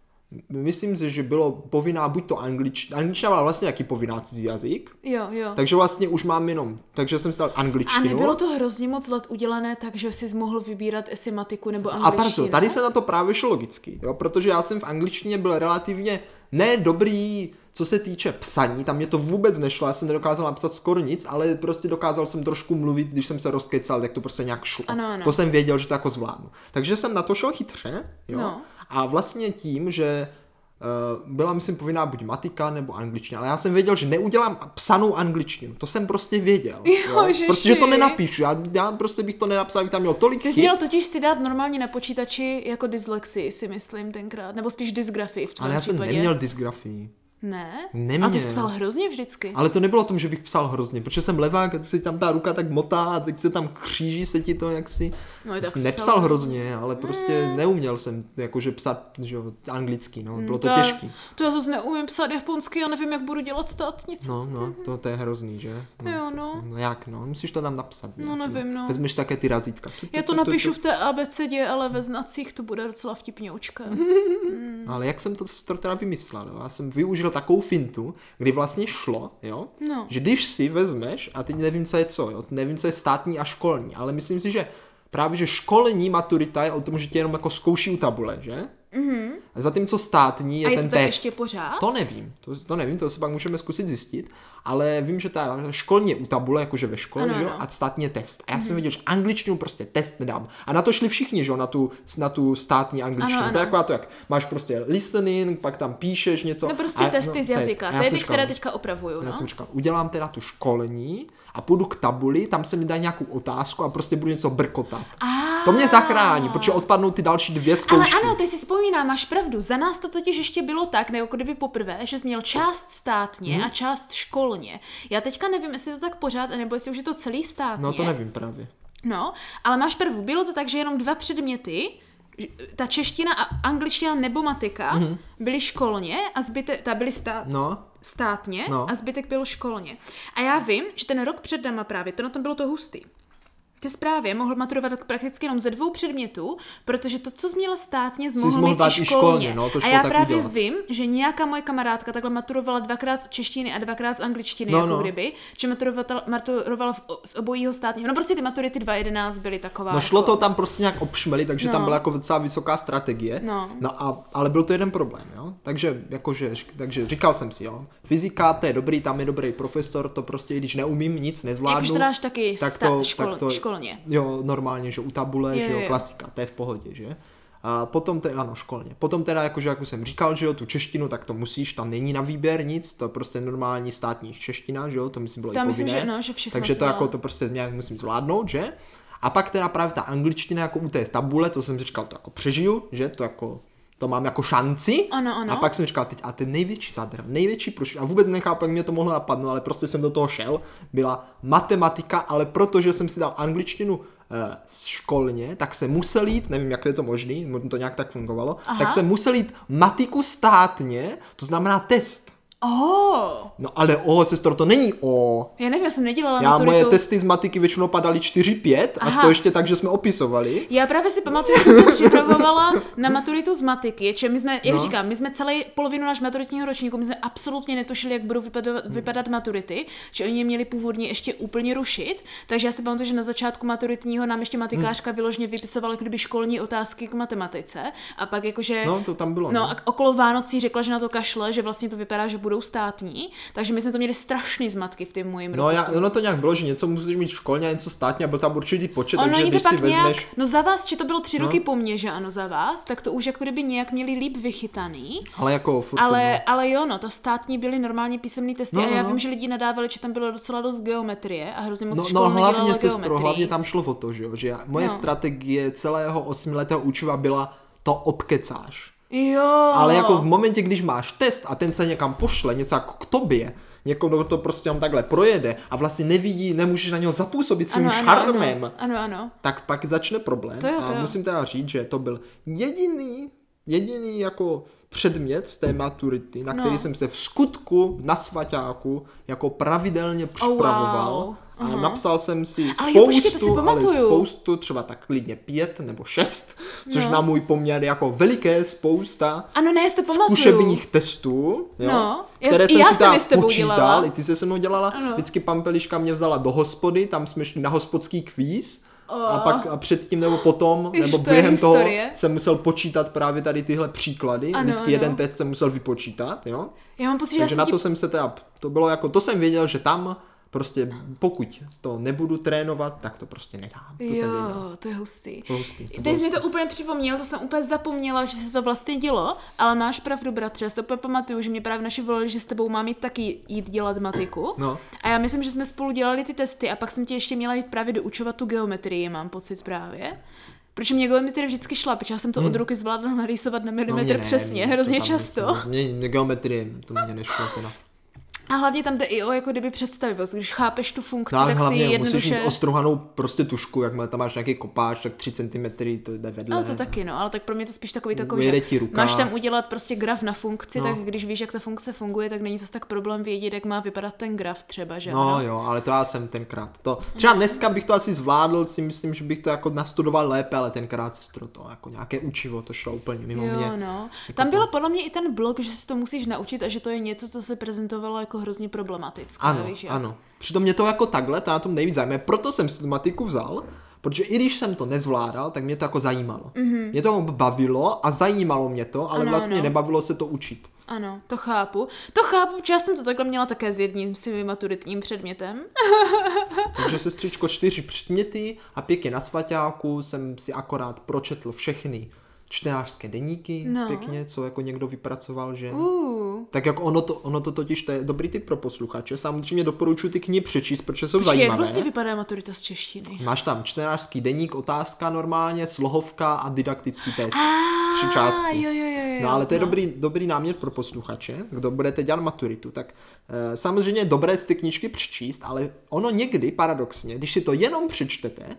A: myslím si, že bylo povinná buď to angličtina, angličtina byla vlastně jaký povinná cizí jazyk.
B: Jo, jo.
A: Takže vlastně už mám jenom, takže jsem stal angličtinu.
B: A nebylo to hrozně moc let udělané, takže jsi mohl vybírat esimatiku nebo angličtinu.
A: A proto, tady se na to právě šlo logicky, jo, protože já jsem v angličtině byl relativně ne dobrý, co se týče psaní, tam mě to vůbec nešlo, já jsem nedokázal napsat skoro nic, ale prostě dokázal jsem trošku mluvit, když jsem se rozkecal, tak to prostě nějak šlo.
B: Ano, ano.
A: To jsem věděl, že to jako zvládnu. Takže jsem na to šel chytře, jo. No. A vlastně tím, že uh, byla, myslím, povinná buď matika nebo angličtina, ale já jsem věděl, že neudělám psanou angličtinu. To jsem prostě věděl. Jo, jo? Prostě, že to nenapíšu. Já, já prostě bych to nenapsal, bych tam měl tolik
B: chyb. Ty jsi měl totiž si dát normálně na počítači jako dyslexii, si myslím tenkrát. Nebo spíš dysgrafii v tom
A: ale já
B: případě.
A: jsem neměl dysgrafii.
B: Ne?
A: Neměl.
B: A ty jsi psal hrozně vždycky.
A: Ale to nebylo o tom, že bych psal hrozně, protože jsem levák a si tam ta ruka tak motá a teď to tam kříží se ti to jaksi. No, tak nepsal psal hrozně, ale prostě mm. neuměl jsem jakože psat že, anglicky, no, bylo to
B: Ta,
A: těžký.
B: To já zase neumím psat japonsky a nevím, jak budu dělat státnici.
A: No, no, to, to je hrozný, že? No.
B: Jo, no.
A: No jak, no, musíš to tam napsat.
B: No, nevím, no.
A: Vezmeš také ty razítka.
B: Já to napíšu v té abecedě, ale ve znacích to bude docela vtipňoučka.
A: mm. Ale jak jsem to, to teda vymyslel, jo? Já jsem využil takovou fintu, kdy vlastně šlo, jo,
B: no.
A: že když si vezmeš, a teď nevím, co je co, jo, nevím, co je státní a školní, ale myslím si, že právě, že školní maturita je o tom, že tě jenom jako zkouší u tabule, že?
B: Mm-hmm.
A: A zatímco státní je,
B: a je
A: ten
B: to
A: test.
B: ještě pořád?
A: To nevím, to, to nevím, to se pak můžeme zkusit zjistit, ale vím, že ta školní je u tabule, jakože ve škole, ano, že jo, a státní je test. A já mm-hmm. jsem věděl, že angličtinu prostě test nedám. A na to šli všichni, že jo, na tu, na tu státní angličtinu. Ano, ano. To je taková to, jak máš prostě listening, pak tam píšeš něco.
B: No prostě
A: a,
B: testy
A: no,
B: z jazyka,
A: test.
B: to je ty, které teďka opravuju, no.
A: Já jsem říkal, udělám teda tu školní a půjdu k tabuli, tam se mi dá nějakou otázku a prostě budu něco brkotat.
B: A
A: to mě zachrání, protože odpadnou ty další dvě zkoušky.
B: Ale ano, ty si vzpomínám, máš pravdu. Za nás to totiž ještě bylo tak, nebo jako kdyby poprvé, že jsi měl část státně hmm. a část školně. Já teďka nevím, jestli to tak pořád, nebo jestli už je to celý státně.
A: No to nevím právě.
B: No, ale máš pravdu. Bylo to tak, že jenom dva předměty, ta čeština a angličtina nebo matika, mm-hmm. byly školně a zbyte, ta byly stát.
A: No.
B: státně
A: no.
B: a zbytek byl školně. A já vím, že ten rok před náma právě, to na tom bylo to hustý. Ty správě mohl maturovat prakticky jenom ze dvou předmětů, protože to, co jsi měla státně, jsi mohl mít i školně. školně no, to a já právě udělat. Vím, že nějaká moje kamarádka takhle maturovala dvakrát z češtiny a dvakrát z angličtiny, no, jako no. kdyby, že maturovala, maturovala v, z obojího státního. No prostě ty maturity dva jedenáct byly taková.
A: No šlo
B: jako...
A: to tam prostě nějak obšmeli, takže
B: no.
A: tam byla jako docela vysoká strategie.
B: No.
A: No a, ale byl to jeden problém, jo. Takže, jakože, takže říkal jsem si, jo, fyzika, to je dobrý, tam je dobrý profesor, to prostě, když neumím nic, nezvládnu.
B: Jak už to dáš taky
A: tak
B: sta-
A: to,
B: škol,
A: tak to,
B: školně.
A: Jo, normálně, že u tabule,
B: je,
A: že jo,
B: je.
A: klasika, to je v pohodě, že? A potom teda, ano, školně. Potom teda, jakože, jak už jsem říkal, že jo, tu češtinu, tak to musíš, tam není na výběr nic, to je prostě normální státní čeština, že jo, to myslím bylo
B: tam
A: i povinné.
B: Myslím, že, no, že všechno
A: takže to jako to prostě nějak musím zvládnout, že? A pak teda právě ta angličtina jako u té tabule, to jsem si říkal, to jako přežiju, že? To jako to mám jako šanci.
B: Ano, ano.
A: A pak jsem říkal, teď a ten největší zadr, největší průšvih, a vůbec nechápu, jak mě to mohlo napadnout, ale prostě jsem do toho šel, byla matematika, ale protože jsem si dal angličtinu eh, školně, tak jsem musel jít, nevím, jak je to možný, to nějak tak fungovalo, Aha. tak jsem musel jít matiku státně, to znamená test.
B: Oh.
A: No ale o, sestro, to není o.
B: Já nevím, já jsem nedělala
A: já
B: maturitu.
A: Moje testy z matiky většinou padaly čtyři pět a to ještě tak, že jsme opisovali.
B: Já právě si pamatuju, že jsem se připravovala na maturitu z matiky, čiže my jsme, jak no. říkám, my jsme celý polovinu náš maturitního ročníku, my jsme absolutně netušili, jak budou vypadat, vypadat maturity, že oni je měli původně ještě úplně rušit, takže já si pamatuju, že na začátku maturitního nám ještě matikářka hmm. vyloženě vypisovala kdyby školní otázky k matematice a pak jakože
A: No, to tam bylo.
B: No,
A: no.
B: a okolo Vánocí řekla, že na to kašle, že vlastně to vypadá, že budou státní, takže my jsme to měli strašný zmatky v tom mojím roku.
A: No, já, ono to nějak bylo, že něco musíš mít školně a něco státně a byl tam určitý počet,
B: ono
A: takže když si vezmeš...
B: Nějak, no za vás, či to bylo tři
A: no.
B: roky po mně, že ano, za vás, tak to už jako kdyby nějak měli líp vychytaný.
A: Ale jako furt
B: ale,
A: to
B: ale jo, no, ta státní byly normálně písemný testy
A: no,
B: a já
A: no.
B: vím, že lidi nadávali, že tam bylo docela dost geometrie a hrozně moc
A: no,
B: škol
A: no, hlavně,
B: sestro,
A: geometrii. Hlavně tam šlo o to, že jo, že já, moje no. strategie celého osmiletého učiva byla to obkecáš.
B: Jo.
A: Ale jako v momentě, když máš test a ten se někam pošle, něco jako k tobě, někoho to prostě on takhle projede a vlastně nevidí, nemůžeš na něho zapůsobit svým
B: ano,
A: šarmem,
B: ano, ano, ano.
A: tak pak začne problém.
B: To jo, to
A: a
B: jo.
A: musím teda říct, že to byl jediný, jediný jako předmět z té maturity, na který no. jsem se v skutku na svaťáku jako pravidelně připravoval.
B: Oh, wow.
A: A
B: uh-huh.
A: napsal jsem si
B: ale
A: spoustu,
B: jo, počkej, to si
A: ale spoustu, třeba tak klidně pět nebo šest, což
B: no.
A: na můj poměr jako veliké spousta
B: ano, ne,
A: zkušebních testů, jo,
B: no.
A: které
B: já,
A: jsem
B: já
A: si tam
B: jsem
A: počítal, i ty se se mnou dělala,
B: ano.
A: vždycky pampeliška mě vzala do hospody, tam jsme šli na hospodský kvíz,
B: oh.
A: a pak a předtím nebo potom,
B: Víš,
A: nebo
B: to
A: během toho jsem musel počítat právě tady tyhle příklady, ano, vždycky ano. jeden test jsem musel vypočítat, jo.
B: Já mám pocit,
A: takže
B: že
A: na
B: ti...
A: to jsem se teda, to bylo jako, to jsem věděl, že tam prostě pokud to nebudu trénovat, tak to prostě nedám. To
B: jo,
A: jsem věděl.
B: to je hustý.
A: To hustý to
B: Teď jsi mi to úplně připomněl, to jsem úplně zapomněla, že se to vlastně dělo, ale máš pravdu, bratře, já se úplně pamatuju, že mě právě naši volali, že s tebou mám jít taky jít dělat matiku.
A: No.
B: A já myslím, že jsme spolu dělali ty testy a pak jsem tě ještě měla jít právě doučovat tu geometrii, mám pocit právě. Protože mě geometrie vždycky šla, protože já jsem to hmm. od ruky zvládla narýsovat na milimetr no přesně, ne, hrozně často.
A: Mě, mě geometrie, to mě nešlo teda.
B: A hlavně tam jde i o jako kdyby představivost, když chápeš tu funkci,
A: no,
B: tak si jednoduše...
A: musíš mít ostruhanou prostě tušku, jakmile tam máš nějaký kopáč, tak tři centimetry, to jde vedle.
B: No to taky, no, ale tak pro mě to spíš takový takový, že máš tam udělat prostě graf na funkci, no. tak když víš, jak ta funkce funguje, tak není zase tak problém vědět, jak má vypadat ten graf třeba, že
A: no? No jo, ale to já jsem tenkrát. To, třeba dneska bych to asi zvládl, si myslím, že bych to jako nastudoval lépe, ale tenkrát sestro to jako nějaké učivo, to šlo úplně mimo
B: jo,
A: mě.
B: No.
A: Jako
B: tam
A: to...
B: bylo podle mě i ten blok, že si to musíš naučit a že to je něco, co se prezentovalo jako hrozně problematické.
A: Ano,
B: víš,
A: ano. Přitom mě to jako takhle, to na tom nejvíc zajímavé, proto jsem si tu matiku vzal, protože i když jsem to nezvládal, tak mě to jako zajímalo. Mm-hmm. Mě to bavilo a zajímalo mě to, ale ano, vlastně ano. nebavilo se to učit.
B: Ano, to chápu. To chápu, protože já jsem to takhle měla také s jedním svým maturitním předmětem.
A: Takže sestřičko, čtyři předměty a pěkně na svaťáku jsem si akorát pročetl všechny čtenářské deníky, no. pěkně, co jako někdo vypracoval, že? Uh. Tak jako ono to, ono to totiž, to je dobrý tip pro posluchače, samozřejmě doporučuji ty knihy přečíst, protože jsou
B: Počkej,
A: zajímavé.
B: Jak vlastně vypadá maturita z češtiny?
A: Máš tam čtenářský deník, otázka normálně, slohovka a didaktický test.
B: Ah,
A: Tři části.
B: Jo, jo, jo,
A: no ale to je
B: no.
A: dobrý, dobrý námět pro posluchače, kdo budete dělat maturitu, tak e, samozřejmě je dobré ty knížky přečíst, ale ono někdy, paradoxně, když si to jenom přečtete,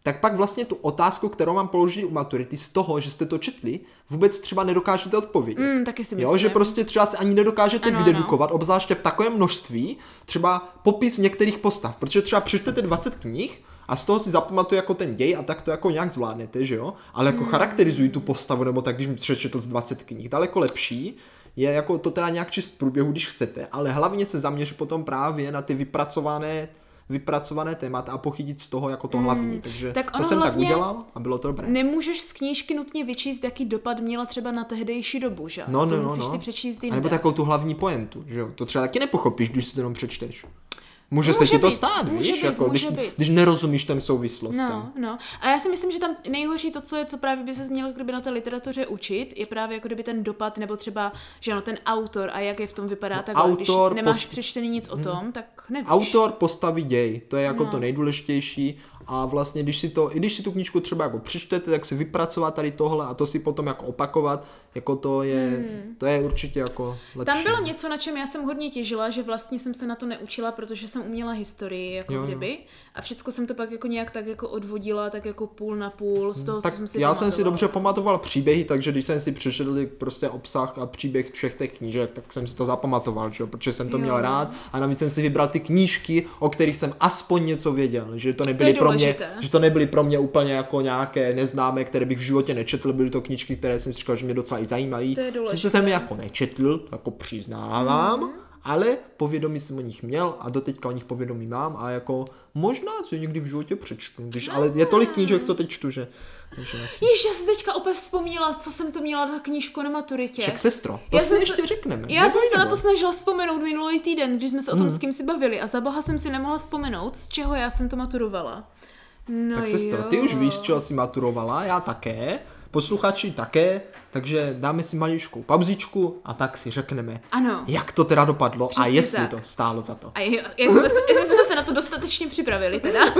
A: tak pak vlastně tu otázku, kterou mám položit u maturity z toho, že jste to četli, vůbec třeba nedokážete odpovědět.
B: Mm, taky si myslím.
A: Jo, že prostě třeba si ani nedokážete
B: ano,
A: vydedukovat, ano. obzvláště v takovém množství, třeba popis některých postav, protože třeba přečtete dvacet knih a z toho si zapamatuje jako ten děj a tak to jako nějak zvládnete, že jo? Ale jako mm. charakterizují tu postavu, nebo tak, když mi přečetl z dvacet knih, daleko lepší je jako to teda nějak čist v průběhu, když chcete, ale hlavně se zaměřit potom právě na ty vypracované vypracované témata a pochytit z toho jako to hlavní. Takže
B: tak
A: to jsem tak udělal a bylo to dobré.
B: Nemůžeš z knížky nutně vyčíst, jaký dopad měla třeba na tehdejší dobu, že?
A: No, no,
B: to
A: no,
B: musíš
A: no.
B: si přečíst jinde.
A: A nebo takovou tu hlavní pointu, že jo? To třeba taky nepochopíš, když si to jenom přečteš. Může,
B: může
A: se ti to
B: být,
A: stát,
B: může
A: víš?
B: být,
A: Jako, když,
B: být.
A: když nerozumíš těm souvislostem.
B: No, no. A já si myslím, že tam nejhorší to, co je, co právě by se měl kdyby na té literatuře učit, je právě jako kdyby ten dopad, nebo třeba, že ano, ten autor a jak je v tom vypadá, no, tak když nemáš post... přečtený nic o tom, hmm. tak nevíš.
A: Autor postaví děj, to je jako
B: no.
A: to nejdůležitější. A vlastně, když si to, i když si tu knížku třeba jako přečtete, tak si vypracovat tady tohle a to si potom jako opakovat, jako to je, hmm. to je určitě jako lepší.
B: Tam bylo něco, na čem já jsem hodně těžila, že vlastně jsem se na to neučila, protože jsem uměla historii, jako jo, kdyby. A všechno jsem to pak jako nějak tak jako odvodila, tak jako půl na půl, z toho,
A: tak
B: co jsem si
A: já
B: pamatovala.
A: jsem si dobře pamatoval příběhy, takže když jsem si přečetl prostě obsah a příběh všech těch knížek, tak jsem si to zapamatoval, že? Protože jsem to jo. měl rád a navíc jsem si vybral ty knížky, o kterých jsem aspoň něco věděl, že to nebyly
B: to
A: pro mě, že to nebyly pro mě úplně jako nějaké neznámé, které bych v životě nečetl, byly to knížky, které jsem si říkal, že mě docela i zajímají. Sice jsem je jako nečetl, jako přiznávám, mm. ale povědomí jsem o nich měl a doteďka o nich povědomí mám a jako možná co někdy v životě přečtu, když, ale je tolik knížek, co teď čtu, že...
B: Jež, já si teďka opět vzpomněla, co jsem to měla na knížku na maturitě.
A: Však sestro, to já si ještě řekneme.
B: Já jsem se na to snažila vzpomenout minulý týden, když jsme se o tom mm. s kým si bavili a za boha jsem si nemohla vzpomenout, z čeho já jsem to maturovala. No
A: tak sestro,
B: jo.
A: ty už víš, čeho jsi maturovala, já také, posluchači také, takže dáme si maličkou pauzičku a pak si řekneme,
B: ano.
A: jak to teda dopadlo
B: Přesně
A: a jestli
B: tak.
A: to stálo za to.
B: A je, jestli, jsme, jestli jsme se na to dostatečně připravili teda.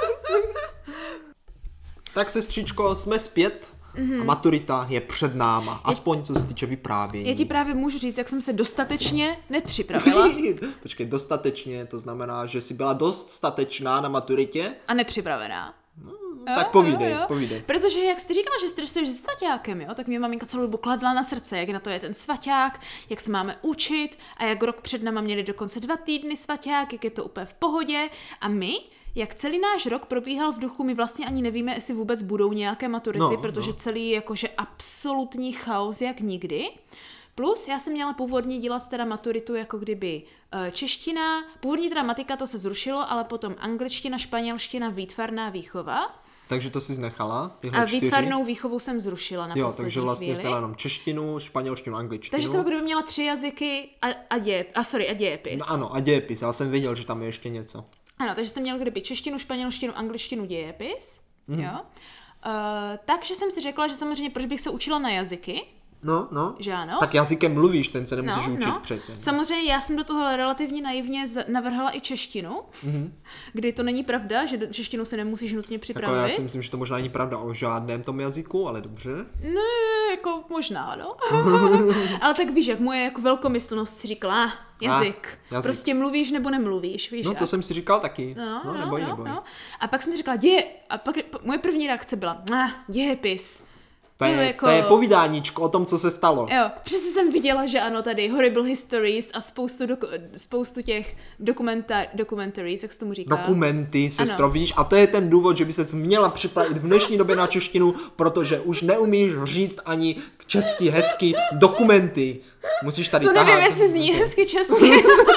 A: Tak sestřičko, jsme zpět mm-hmm. a maturita je před náma, aspoň co se týče vyprávění.
B: Já ti právě můžu říct, jak jsem se dostatečně nepřipravila.
A: Počkej, dostatečně, to znamená, že jsi byla dost statečná na maturitě.
B: A nepřipravená.
A: No, tak povídej, jo, jo. povídej.
B: Protože jak jsi říkala, že stresuješ se svaťákem, jo, tak mě maminka celou dobu kladla na srdce, jak na to je ten svaťák, jak se máme učit a jak rok před náma měli dokonce dva týdny svaťák, jak je to úplně v pohodě a my, jak celý náš rok probíhal v duchu, my vlastně ani nevíme, jestli vůbec budou nějaké maturity, no, protože no. celý je jakože absolutní chaos jak nikdy. Plus já jsem měla původně dělat teda maturitu jako kdyby čeština, původní teda matika to se zrušilo, ale potom angličtina, španělština, výtvarná výchova.
A: Takže to jsi znechala?
B: A výtvarnou výchovu jsem zrušila na
A: jo,
B: poslední
A: takže vlastně
B: chvíli.
A: jsi měla jenom češtinu, španělštinu, angličtinu.
B: Takže jsem kdyby měla tři jazyky a, a, děje, a, sorry, a dějepis.
A: No, ano, a dějepis, ale jsem věděl, že tam je ještě něco.
B: Ano, takže jsem měla kdyby češtinu, španělštinu, angličtinu, dějepis. Mm. Jo. Uh, takže jsem si řekla, že samozřejmě proč bych se učila na jazyky.
A: No, no.
B: Že ano?
A: Tak jazykem mluvíš, ten se nemusíš
B: no,
A: učit
B: no.
A: přece.
B: Samozřejmě já jsem do toho relativně naivně navrhla i češtinu, mm-hmm. kdy to není pravda, že do češtinu se nemusíš nutně připravit.
A: Jako já si myslím, že to možná není pravda o žádném tom jazyku, ale dobře.
B: No, jako možná, no. Ale tak víš, jak moje jako velkomyslnost si říkala, jazyk. Ah, jazyk. Prostě mluvíš nebo nemluvíš, víš
A: No
B: jak?
A: to jsem si říkal taky.
B: No,
A: no,
B: no,
A: neboj,
B: no,
A: neboj.
B: no. A pak jsem si říkala, děje, a pak moje první reakce byla, ah, dějepis.
A: To je, jako... to je povídáníčko o tom, co se stalo.
B: Jo, přesně jsem viděla, že ano, tady horrible histories a spoustu, doku- spoustu těch dokumenta- documentaries, jak se tomu říká.
A: Dokumenty, sestro, vidíš, a to je ten důvod, že by ses měla připravit v dnešní době na češtinu, protože už neumíš říct ani česky hezky dokumenty. Musíš tady
B: to
A: tahat.
B: nevím, jestli zní hezky česky.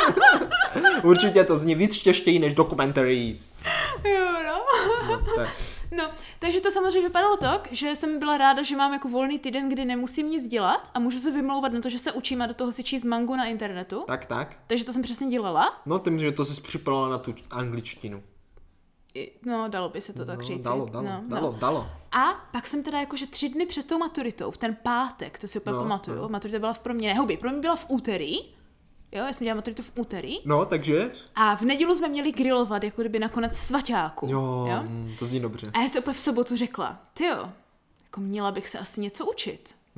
A: Určitě to zní víc češtěji než documentaries.
B: Jo, no.
A: no tak.
B: No, takže to samozřejmě vypadalo tak, že jsem byla ráda, že mám jako volný týden, kdy nemusím nic dělat a můžu se vymlouvat na to, že se učím a do toho si číst mangu na internetu.
A: Tak, tak.
B: Takže to jsem přesně dělala.
A: No, tím, že to jsi připravila na tu angličtinu.
B: No, dalo by se to tak
A: no,
B: říct.
A: Dalo, dalo,
B: no,
A: dalo,
B: no.
A: dalo.
B: A pak jsem teda jakože tři dny před tou maturitou, v ten pátek, to si úplně no, pamatuju, no. Maturita byla v pro mě, ne, hobby, pro mě byla v úterý. Jo, já jsem dělala maturitu v úterý.
A: No, takže?
B: A v nedělu jsme měli grillovat, jako kdyby nakonec svaťáku.
A: Jo, jo? to zní dobře.
B: A já si opět v sobotu řekla, tyjo, jako měla bych se asi něco učit.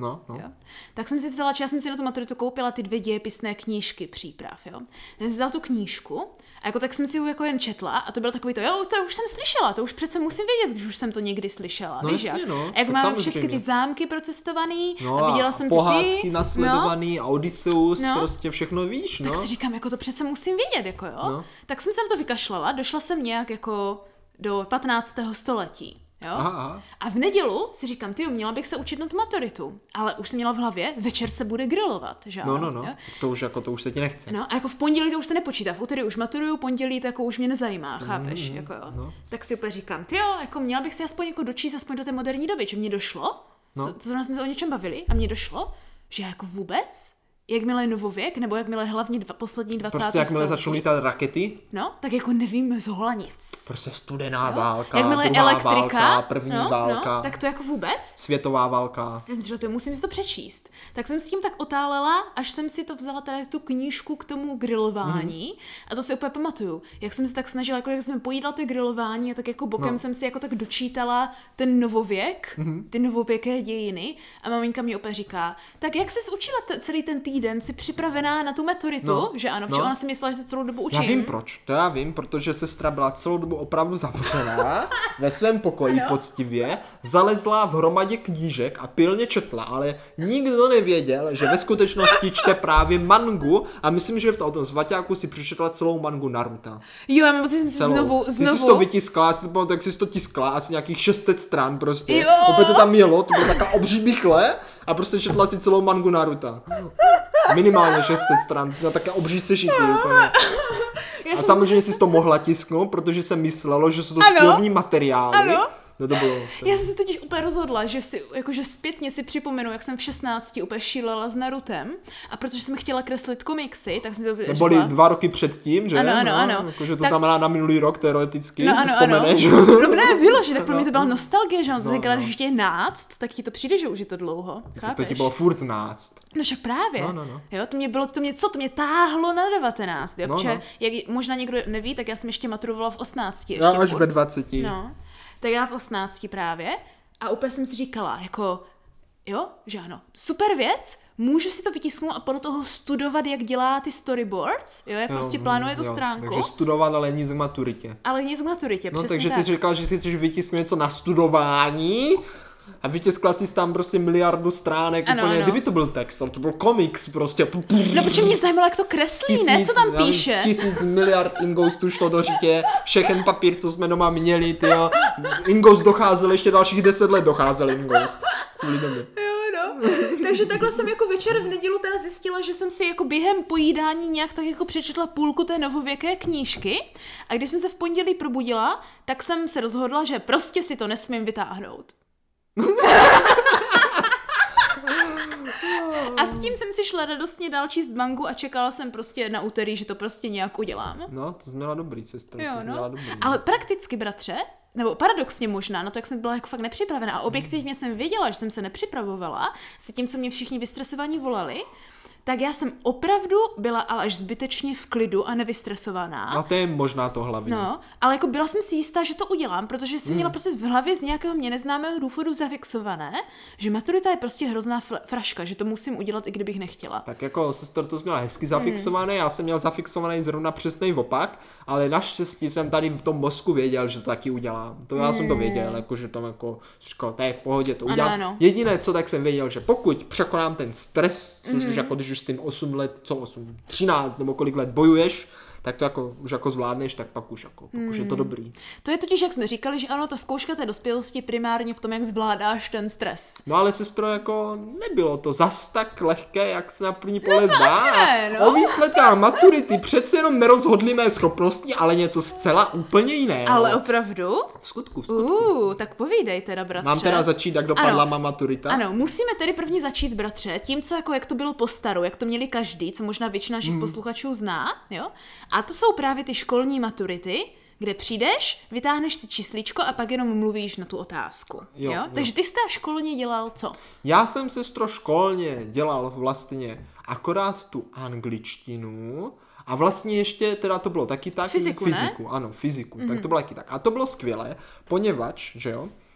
A: No, no.
B: Jo? Tak jsem si vzala, já jsem si na tu maturitu koupila ty dvě dějepisné knížky příprav, jo. Já jsem vzala tu knížku a jako tak jsem si ji jako jen četla a to bylo takový to, jo, to už jsem slyšela, to už přece musím vědět, když už jsem to někdy slyšela,
A: no,
B: víš
A: jasně,
B: jak?
A: No,
B: a jak mám
A: samozřejmě.
B: všechny ty zámky procestovaný
A: no,
B: a viděla
A: a
B: jsem
A: pohádky
B: ty ty,
A: nasledovaný,
B: no,
A: a Odysseus,
B: no,
A: prostě všechno víš, no.
B: Tak si říkám, jako to přece musím vědět, jako jo.
A: No.
B: Tak jsem se na to vykašlala, došla jsem nějak jako do patnáctého století. Jo?
A: Aha, aha.
B: A v nedělu si říkám, tyjo, měla bych se učit na tu maturitu, ale už jsem měla v hlavě, večer se bude grilovat, že
A: No,
B: ano,
A: no, no,
B: jo?
A: to už jako, to už se ti nechce.
B: No a jako v pondělí to už se nepočítá, v úterý už maturuju, pondělí to jako už mě nezajímá, chápeš,
A: mm,
B: jako jo.
A: No.
B: Tak si úplně říkám, tyjo, jako měla bych si aspoň jako dočíst aspoň do té moderní doby, že mě došlo,
A: no.
B: co, co nás jsme se o něčem bavili a mně došlo, že jako vůbec, jakmile je novověk, nebo jakmile hlavně dva, poslední dvacátý
A: Prostě jakmile
B: století,
A: začnou lítat rakety,
B: no, tak jako nevím z hola nic.
A: prostě studená
B: No?
A: válka,
B: Jakmile
A: druhá
B: elektrika,
A: válka, první
B: no,
A: válka,
B: no, tak to jako vůbec.
A: světová válka.
B: Já jsem říkala, to musím si to přečíst. Tak jsem s tím tak otálela, až jsem si to vzala tady tu knížku k tomu grilování. Mm-hmm. A to si úplně pamatuju. Jak jsem se tak snažila, jako jak jsem pojídala to grilování a tak jako bokem
A: no.
B: jsem si jako tak dočítala ten novověk, mm-hmm. ty novověké dějiny. A maminka mi opět říká, tak jak jsi učila t- celý ten týden, si připravená na tu maturitu,
A: no.
B: že ano,
A: no.
B: protože ona si myslela, že se celou dobu učím.
A: Já vím proč, to já vím, protože sestra byla celou dobu opravdu zavřená ve svém pokoji
B: ano.
A: poctivě, zalezla v hromadě knížek a pilně četla, ale nikdo nevěděl, že ve skutečnosti čte právě mangu a myslím, že v tom svaťáku si přečetla celou mangu Naruta.
B: Jo, já mám pocit, že jsem si
A: Celou.
B: znovu,
A: Ty
B: znovu...
A: jsi to vytiskla, já si to pamatuju, jak jsi to tiskla, asi nějakých šest set stran prostě.
B: Jo.
A: Opět to tam jelo, to bylo taková obří bichle a prostě četla si celou mangu Naruta. Minimálně šest set stran, na také obří sešity úplně.
B: Já
A: A
B: jsem...
A: samozřejmě jsi to mohla tisknout, protože se myslelo, že jsou to
B: Ano.
A: spojovní materiály.
B: Ano.
A: No to bylo.
B: Já jsem se totiž úplně rozhodla, že si, jakože zpětně si připomenu, jak jsem v šestnácti úplně šílela s Narutem a protože jsem chtěla kreslit komiksy, tak jsem si to
A: Neboli
B: řekla...
A: dva roky předtím, že?
B: Ano, ano,
A: no,
B: ano.
A: Jakože to
B: Tak-
A: znamená na minulý rok teoreticky,
B: No
A: si
B: ano,
A: vzpomeneš.
B: ano. No ne, vyloži, tak pro mě to byla nostalgie, že on
A: No,
B: no, no.
A: no.
B: že ještě je náct, tak ti to přijde, že už je to dlouho, chápeš?
A: To ti bylo furt náct.
B: No však právě.
A: No, no, no.
B: Jo, to mě bylo, to mě, co, to mě táhlo na devatenáct, jo,
A: No,
B: protože,
A: no.
B: jak možná někdo neví, tak já jsem ještě maturovala v osmnácti. Ještě
A: Já až
B: furt.
A: ve dvaceti.
B: No, tak já v osmnácti právě a úplně jsem si říkala, jako, jo, že ano, super věc, můžu si to vytisknout a podle toho studovat, jak dělá ty storyboards, jo, jak
A: Jo,
B: prostě
A: hm,
B: plánuje tu
A: jo.
B: stránku,
A: Takže studovat, ale nic k maturitě.
B: ale nic k maturitě,
A: No
B: přesně
A: takže
B: tak.
A: ty jsi říkala, že si chceš vytisknout něco na studování a vytiskla jsi tam prostě miliardu stránek
B: Ano,
A: úplně,
B: ano.
A: kdyby to byl text, ale to byl komiks prostě.
B: No protože mě zajímalo, jak to kreslí, ne? Co tam
A: já nevím,
B: píše?
A: Tisíc miliard Ingoustů šlo do řitě, všechen papír, co jsme doma měli, tyjo. Ingoust docházel, ještě dalších deset let docházel Ingoust. Kvůli tomu.
B: Jo, no. Takže takhle jsem jako večer v nedělu teda zjistila, že jsem si jako během pojídání nějak tak jako přečetla půlku té novověké knížky a když jsem se v pondělí probudila, tak jsem se rozhodla, že prostě si to nesmím vytáhnout. A s tím jsem si šla radostně dál číst mangu a čekala jsem prostě na úterý, že to prostě nějak udělám.
A: No, to jsi měla dobrý, sestro.
B: Jo,
A: to jsi
B: no.
A: měla dobrý.
B: Ale prakticky, bratře, nebo paradoxně možná, na to, jak jsem byla jako fakt nepřipravená a objektivně jsem věděla, že jsem se nepřipravovala s tím, co mě všichni vystresovaní volali, tak já jsem opravdu byla ale až zbytečně v klidu a nevystresovaná.
A: A to je možná to hlavní.
B: No, ale jako byla jsem si jistá, že to udělám, protože jsem měla prostě v hlavě z nějakého mě neznámého důvodu zafixované, že maturita je prostě hrozná fl- fraška, že to musím udělat, i kdybych nechtěla.
A: Tak jako sestro, to jsi měla hezky zafixované, já jsem měl zafixovaný zrovna přesný opak, ale naštěstí jsem tady v tom mozku věděl, že to taky udělám. To já jsem to věděl, jako že tam jako říkal, to je v pohodě, to udělám.
B: Ano, ano.
A: Jediné, co tak jsem věděl, že pokud překonám ten stres, což už jako když už s tím osm let, co osm, třináct nebo kolik let bojuješ, tak to jako, už jako zvládneš, tak pak už jako, pak už je to dobrý.
B: To je totiž, jak jsme říkali, že ano, ta zkouška té dospělosti primárně v tom, jak zvládáš ten stres.
A: No ale sestro, jako nebylo to zas tak lehké, jak se na první pohled
B: to
A: zdá.
B: asi ne, no.
A: O výsledkách maturity přece jenom nerozhodly mé schopnosti, ale něco zcela úplně jiného.
B: Ale opravdu?
A: V skutku, v skutku.
B: Uh, tak povídej teda, bratře.
A: Mám teda začít, jak dopadla
B: Ano.
A: má maturita?
B: Ano, musíme tedy prvně začít, bratře, tím, co jako, jak to bylo po staru, jak to měli každý, co možná většina našich
A: Hmm.
B: posluchačů zná, jo? A to jsou právě ty školní maturity, kde přijdeš, vytáhneš si čísličko a pak jenom mluvíš na tu otázku.
A: Jo,
B: Jo,
A: jo.
B: Takže ty jsi školně dělal co?
A: Já jsem sestro školně dělal vlastně akorát tu angličtinu a vlastně ještě, teda to bylo taky tak.
B: Fyziku, ne?
A: Fyziku, ano, fyziku, mm-hmm. tak to bylo taky tak. A to bylo skvělé, poněvadž, že jo,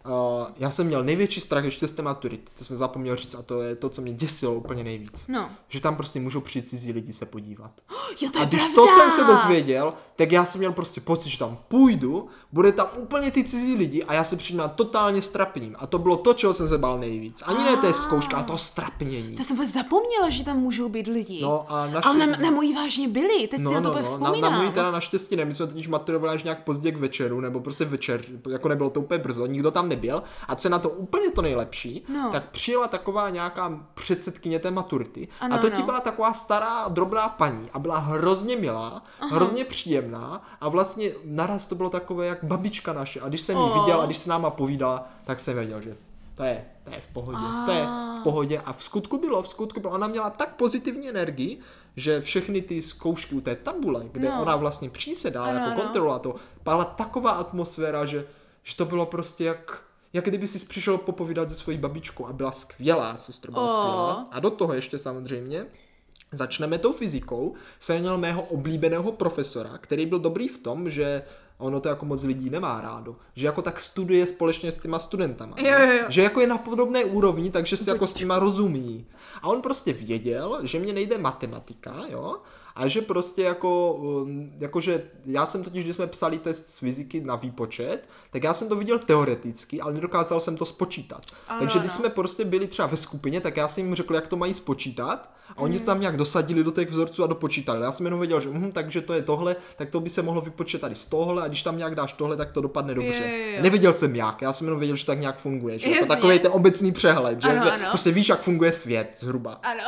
A: Uh, já jsem měl největší strach ještě z té maturity, to jsem zapomněl říct a to je to, co mě děsilo úplně nejvíc.
B: No.
A: Že tam prostě můžou přijít cizí lidi se podívat.
B: Jo, to je
A: a když
B: pravda.
A: to jsem se dozvěděl, tak já jsem měl prostě pocit, že tam půjdu, bude tam úplně ty cizí lidi a já se přijímám totálně strapním. A to bylo to, čeho jsem se bál nejvíc. Ani ne té zkoušky, ale toho strapnění.
B: To jsem vůbec zapomněla, že tam můžou být lidi.
A: No a naštěstí...
B: Ale na, na mojí vážně byli, teď
A: no,
B: si na to
A: no,
B: úplně
A: no.
B: vzpomínám.
A: Na, na mojí teda naštěstí ne, my jsme totiž maturovali až nějak pozdě k večeru, nebo prostě večer, jako nebylo to úplně brzo, nikdo tam nebyl. A co je na to úplně to nejlepší,
B: no.
A: tak přijela taková nějaká předsedkyně té maturity.
B: Ano,
A: a to ti
B: no.
A: byla taková stará, drobná paní a byla hrozně milá, Aha. hrozně příjemná a vlastně naraz to bylo takové jak babička naše. A když jsem ji viděl a když se náma povídala, tak jsem věděl, že to je, to je v pohodě, a... to je v pohodě. A v skutku bylo, v skutku bylo. Ona měla tak pozitivní energii, že všechny ty zkoušky u té tabule, kde
B: no.
A: ona vlastně přísedala
B: ano,
A: jako kontrola to, byla taková atmosféra, že, že to bylo prostě jak, jak kdyby si přišel popovídat se svojí babičkou a byla skvělá, sestra byla
B: oh.
A: skvělá. A do toho ještě samozřejmě začneme tou fyzikou. Jsem měl mého oblíbeného profesora, který byl dobrý v tom, že ono to jako moc lidí nemá rádo. Že jako tak studuje společně s těma studentama.
B: Jo, jo, jo.
A: Že jako je na podobné úrovni, takže si jako s nima rozumí. A on prostě věděl, že mě nejde matematika, jo, a že prostě jako, jakože já jsem totiž, když jsme psali test z fyziky na výpočet, tak já jsem to viděl teoreticky, ale nedokázal jsem to spočítat. Ano, Takže když no. jsme prostě byli třeba ve skupině, tak já jsem jim řekl, jak to mají spočítat a oni mm. to tam nějak dosadili do těch vzorců a dopočítali. Já jsem jenom věděl, že hm, takže to je tohle, tak to by se mohlo vypočítat tady z tohle a když tam nějak dáš tohle, tak to dopadne dobře.
B: Je, je, je.
A: Nevěděl jsem jak, já jsem jenom věděl, že tak nějak funguje. Že? Jako takový ten obecný přehled, že,
B: ano,
A: že
B: ano.
A: prostě víš, jak funguje svět zhruba.
B: Ano.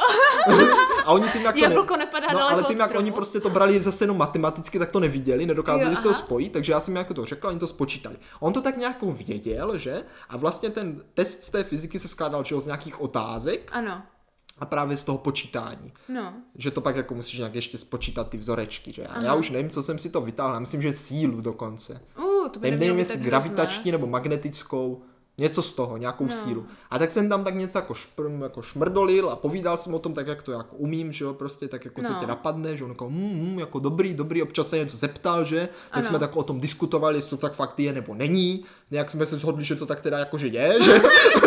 A: A oni tím, jak to
B: Jablko nepadá
A: no,
B: daleko
A: ale tím, jak oni prostě to brali zase jenom matematicky, tak to neviděli, nedokázali
B: jo,
A: se to spojit, takže já jsem jako to řekl, oni to spočítali. On to tak nějak věděl, že? A vlastně ten test z té fyziky se skládal že, z nějakých otázek.
B: Ano.
A: A právě z toho počítání.
B: No.
A: Že to pak jako musíš nějak ještě spočítat ty vzorečky, že? A já už nevím, co jsem si to vytáhl, já myslím, že sílu dokonce.
B: Uh, to by
A: nevím,
B: nemělo
A: jestli gravitační nebo magnetickou. Něco z toho, nějakou no. sílu. A tak jsem tam tak něco jako, špr, jako šmrdolil a povídal jsem o tom tak, jak to jako umím, že jo, prostě tak jako no. co tě napadne, že on jako, mm, mm, jako dobrý, dobrý, občas se něco zeptal, že, tak ano. jsme tak o tom diskutovali, jestli to tak fakt je nebo není, nějak jsme se shodli, že to tak teda jakože je, že...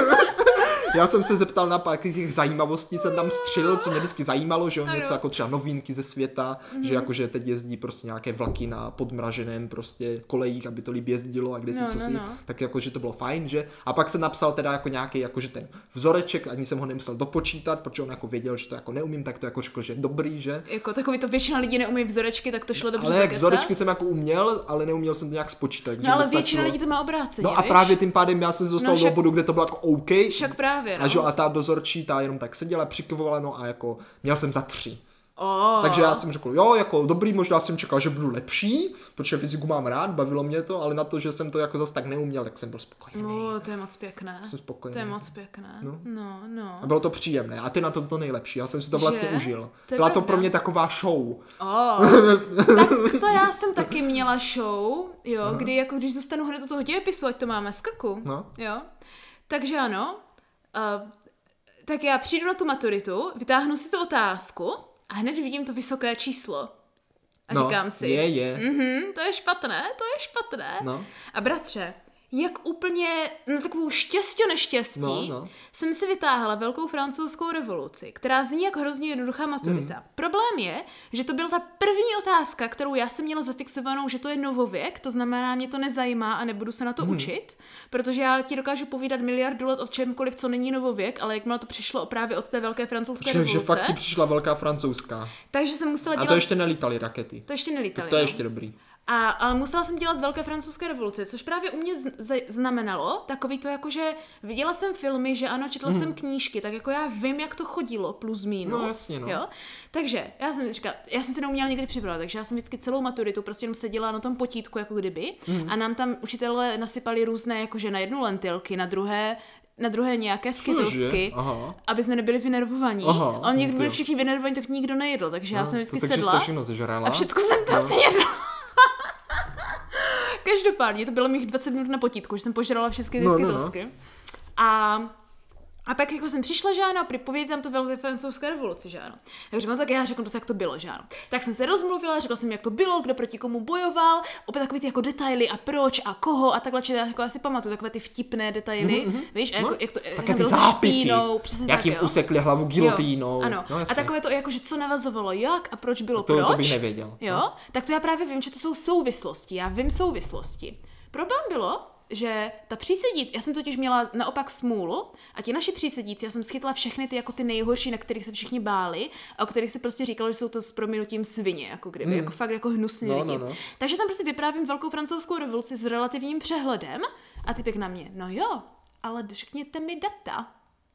A: Já jsem se zeptal na pár těch zajímavostí, jsem tam střelil, co mě vždycky zajímalo, že on něco jako třeba novinky ze světa, mm-hmm. že jakože teď jezdí prostě nějaké vlaky na podmraženém prostě kolejích, aby to líp jezdilo a kde si
B: no,
A: co
B: no,
A: si,
B: no.
A: tak jakože to bylo fajn, že? A pak jsem napsal teda jako nějaký jakože ten vzoreček, ani jsem ho nemusel dopočítat, protože on jako věděl, že to jako neumím, tak to jako řekl, že dobrý, že?
B: Jako takový to většina lidí neumí vzorečky, tak to šlo dobře
A: ale
B: zakecat.
A: Vzorečky jsem jako uměl, ale neuměl jsem to nějak spočítat.
B: No ale většina lidí to má obráceně.
A: No a právě tím pádem já jsem se dostal
B: no, však,
A: do bodu, kde to bylo jako OK.
B: Však právě, no.
A: A, že, a ta dozorčí, ta jenom tak seděla, přikyvovala, no a jako měl jsem za tři.
B: Oh.
A: Takže já jsem řekl, jo, jako dobrý, možná jsem čekal, že budu lepší, protože fyziku mám rád, bavilo mě to, ale na to, že jsem to jako zase tak neuměl, tak jsem byl spokojený.
B: No, to je moc pěkné.
A: Jsem spokojený.
B: To je moc pěkné. No, no. no.
A: A bylo to příjemné. A to je na tom to nejlepší. Já jsem si to vlastně
B: že?
A: užil.
B: To
A: Byla
B: pravda.
A: to pro mě taková show.
B: Oh. Tak to já jsem taky měla show, jo, Aha. kdy jako když zůstanu hned do toho dějepisu, ať to máme z krku,
A: no.
B: jo. Takže ano, uh, tak já přijdu na tu maturitu, vytáhnu si tu otázku a hned vidím to vysoké číslo. A
A: no,
B: říkám si,
A: je, je.
B: Mhm, to je špatné, to je špatné.
A: No.
B: A bratře, jak úplně na takovou štěstí neštěstí
A: no, no.
B: jsem si vytáhla Velkou francouzskou revoluci, která zní jako hrozně jednoduchá maturita. Mm. Problém je, že to byla ta první otázka, kterou já jsem měla zafixovanou, že to je novověk, to znamená, mě to nezajímá a nebudu se na to mm. učit, protože já ti dokážu povídat miliardu let o čemkoliv, co není novověk, ale jakmile to přišlo právě od té Velké francouzské
A: Čiže,
B: revoluce.
A: že fakt ti přišla Velká francouzská.
B: Takže jsem musela dělat...
A: A to ještě nelítaly rakety.
B: To ještě nelítaly.
A: To je
B: no.
A: ještě dobrý.
B: A, ale musela jsem dělat z Velké francouzské revoluce, což právě u mě z, z, znamenalo takový to jako, že viděla jsem filmy, že ano, četla hmm. jsem knížky, tak jako já vím, jak to chodilo, plus minus,
A: no, jasně, no.
B: jo. Takže já jsem říkala, já jsem se neuměla nikdy připravovat, takže já jsem vždycky celou maturitu prostě jenom seděla na tom potítku, jako kdyby, hmm. a nám tam učitelé nasypali různé, jakože na jednu lentilky, na druhé na druhé nějaké skittlesky, aby jsme nebyli vynervovaní. Aha, a někdy byli všichni vynervovaní, tak nikdo nejedl, takže no, já jsem vždycky to, sedla a všechno jsem to no. zjedla. Každopádně to bylo mých dvacet minut na potítku, že jsem požrala všechny ty no, skittlesky. No, no. A A pak jako jsem přišla, že ano, a povědět tam to velké francouzské revoluci, že ano. Takže no, tak já řeknu prostě, jak to bylo, že ano. Tak jsem se rozmluvila, řekla jsem, jak to bylo, kdo proti komu bojoval, opět takové ty jako detaily a proč a koho a takhle, či jako asi pamatuju, takové ty vtipné detaily, mm-hmm. víš, a jako,
A: no,
B: jak to
A: jak
B: bylo se špínou, přesně
A: jak
B: tak,
A: jim
B: jo.
A: usekli hlavu gilotínou.
B: Ano,
A: no,
B: a takové to, jako, že co navazovalo, jak a proč bylo,
A: to,
B: proč.
A: To bych nevěděl.
B: Jo,
A: no.
B: tak to já právě vím, že to jsou souvislosti, já vím souvislosti. Problém bylo, že ta přísedící, já jsem totiž měla naopak smůlu a ti naši přísedící, já jsem schytla všechny ty jako ty nejhorší, na kterých se všichni báli a o kterých se prostě říkalo, že jsou to s prominutím svině, jako kdyby, mm. jako fakt jako hnusný
A: no,
B: lidi.
A: No, no.
B: Takže tam prostě vyprávím velkou francouzskou revoluci s relativním přehledem a typek na mě, no jo, ale řekněte mi data.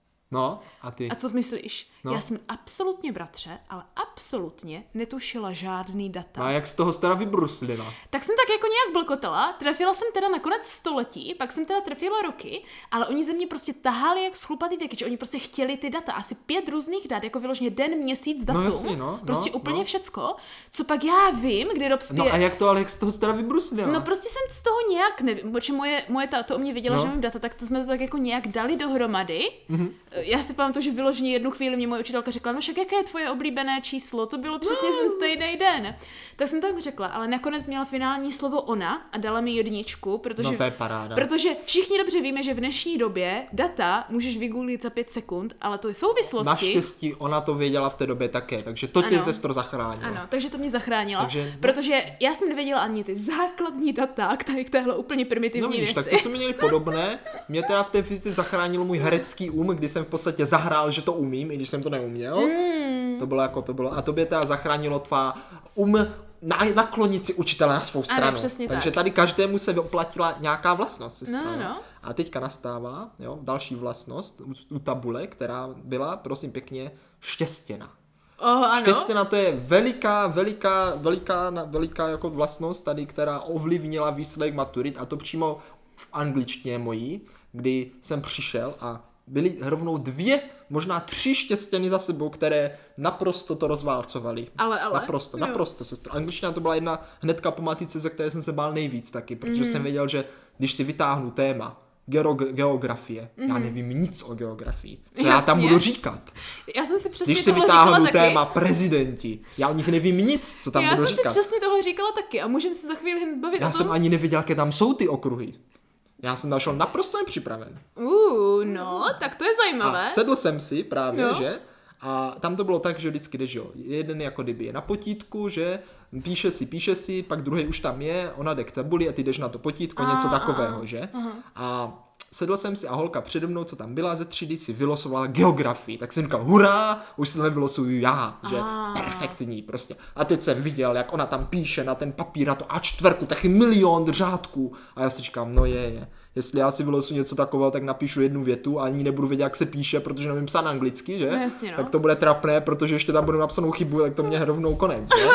A: No, a ty?
B: A co myslíš?
A: No.
B: Já jsem absolutně, bratře, ale absolutně netušila žádný data.
A: No a jak z toho teda vybruslila?
B: Tak jsem tak jako nějak blokotala, trefila jsem teda nakonec století, pak jsem teda trefila roky, ale oni ze mě prostě tahali jak schlupatý deky, že oni prostě chtěli ty data, asi pět různých dat, jako vyloženě den, měsíc, datum,
A: no, jasně, no,
B: prostě
A: no,
B: úplně
A: no.
B: všecko, co pak já vím, kdy Robespierre...
A: No a jak to, ale jak z toho teda vybruslila?
B: No prostě jsem z toho nějak, nevím, protože moje, moje táto o mě věděla,
A: no.
B: že mám data, tak to jsme to tak jako nějak dali dohromady. Mm-hmm. Já si pamatuju, že vyloženě jednu chvíli mě moje učitelka řekla, no však jaké je tvoje oblíbené číslo, to bylo přesně ten stejný den. Tak jsem tak řekla, ale nakonec měla finální slovo ona a dala mi jedničku, protože,
A: no, to je paráda.
B: protože všichni dobře víme, že v dnešní době data můžeš vygooglit za pět sekund, ale to je souvislosti.
A: Naštěstí ona to věděla v té době také, takže to tě sestro zachránilo.
B: Ano, takže to mě zachránila,
A: takže, no.
B: protože já jsem nevěděla ani ty základní data k tady k téhle úplně primitivní
A: no, víš,
B: věci.
A: tak to jsme měli podobné. Mě teda v té fyzice zachránilo můj herecký um, kdy jsem v podstatě zahrál, že to umím, i když jsem to neuměl. Mm. To bylo jako to bylo. A tobě teda zachránilo tvá um na, naklonit si učitele na svou stranu.
B: Ano, přesně
A: takže
B: tak.
A: tady každému se oplatila nějaká vlastnost.
B: No, no, no.
A: A teďka nastává jo, další vlastnost u, u tabule, která byla, prosím pěkně, štěstěna.
B: Oh, ano.
A: Štěstěna to je veliká, veliká, veliká, veliká jako vlastnost tady, která ovlivnila výsledek maturit a to přímo v angličtině mojí, kdy jsem přišel a byly rovnou dvě, možná tři štěstěny za sebou, které naprosto to rozválcovaly.
B: Ale, ale.
A: Naprosto, jo. naprosto. Sestro. Angličtina to byla jedna hnedka po matice, ze které jsem se bál nejvíc taky, protože mm. jsem věděl, že když si vytáhnu téma Geog- geografie. Mm. Já nevím nic o geografii. Co Jasně. já tam budu říkat?
B: Já jsem si přesně
A: Když si
B: tohle
A: vytáhnu
B: říkala
A: téma
B: taky.
A: prezidenti, já o nich nevím nic, co tam
B: já
A: budu
B: říkat. Já
A: říkat.
B: jsem si přesně tohle říkala taky a můžeme se za chvíli hned bavit
A: Já
B: o tom.
A: jsem ani nevěděl, jaké tam jsou ty okruhy. Já jsem našel naprosto nepřipraven.
B: Uh, no, tak to je zajímavé.
A: A sedl jsem si právě,
B: no.
A: že? A tam to bylo tak, že vždycky jdeš, jo, jeden jako kdyby je na potítku, že píše si, píše si, pak druhý už tam je, ona jde k tabuli a ty jdeš na to potítko, a, něco takového, a, že? Aha. A sedl jsem si a holka přede mnou, co tam byla ze třídy, si vylosovala geografii. Tak jsem říkal, hurá, už si to nevylosuju já, že
B: a.
A: perfektní prostě. A teď jsem viděl, jak ona tam píše na ten papír, na to á čtyři, taky milion řádků. A já si říkám, no je, je. Jestli já si vylosuju něco takového, tak napíšu jednu větu a ani nebudu vědět, jak se píše, protože nevím psát anglicky, že?
B: No, jasně, no.
A: Tak to bude trapné, protože ještě tam budu napsanou chybu, tak to mě rovnou konec, že?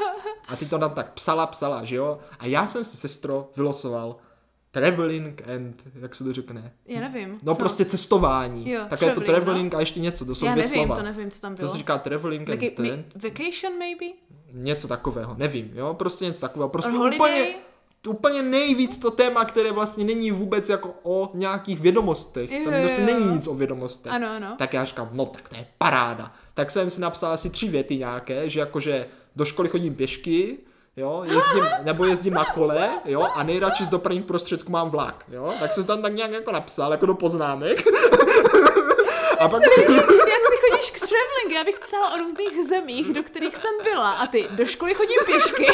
A: A ty to tam tak psala, psala, že jo? A já jsem si, sestro, vylosoval traveling and, jak se to řekne?
B: Já nevím.
A: No
B: co?
A: prostě cestování.
B: Jo,
A: tak je to traveling
B: no?
A: a ještě něco, to jsou
B: Já
A: dvě
B: nevím,
A: slova.
B: to nevím, co tam bylo.
A: Co se říká traveling and
B: Vaca-
A: trend?
B: Vacation maybe?
A: Něco takového, nevím, jo? Prostě něco takového. Prostě
B: holiday?
A: úplně, úplně nejvíc to téma, které vlastně není vůbec jako o nějakých vědomostech.
B: Jo,
A: Tam prostě
B: jo, jo.
A: není nic o vědomostech.
B: Ano, ano.
A: Tak já říkám, no tak to je paráda. Tak jsem si napsal asi tři věty nějaké, že jakože do školy chodím pěšky, jo, jezdím, nebo jezdím na kole, jo, a nejradši z dopravních prostředků mám vlak, jo. Tak jsem tam tak nějak jako napsal, jako do poznámek. A pak...
B: Jak ty chodíš k traveling, já bych psala o různých zemích, do kterých jsem byla a ty do školy chodím pěšky.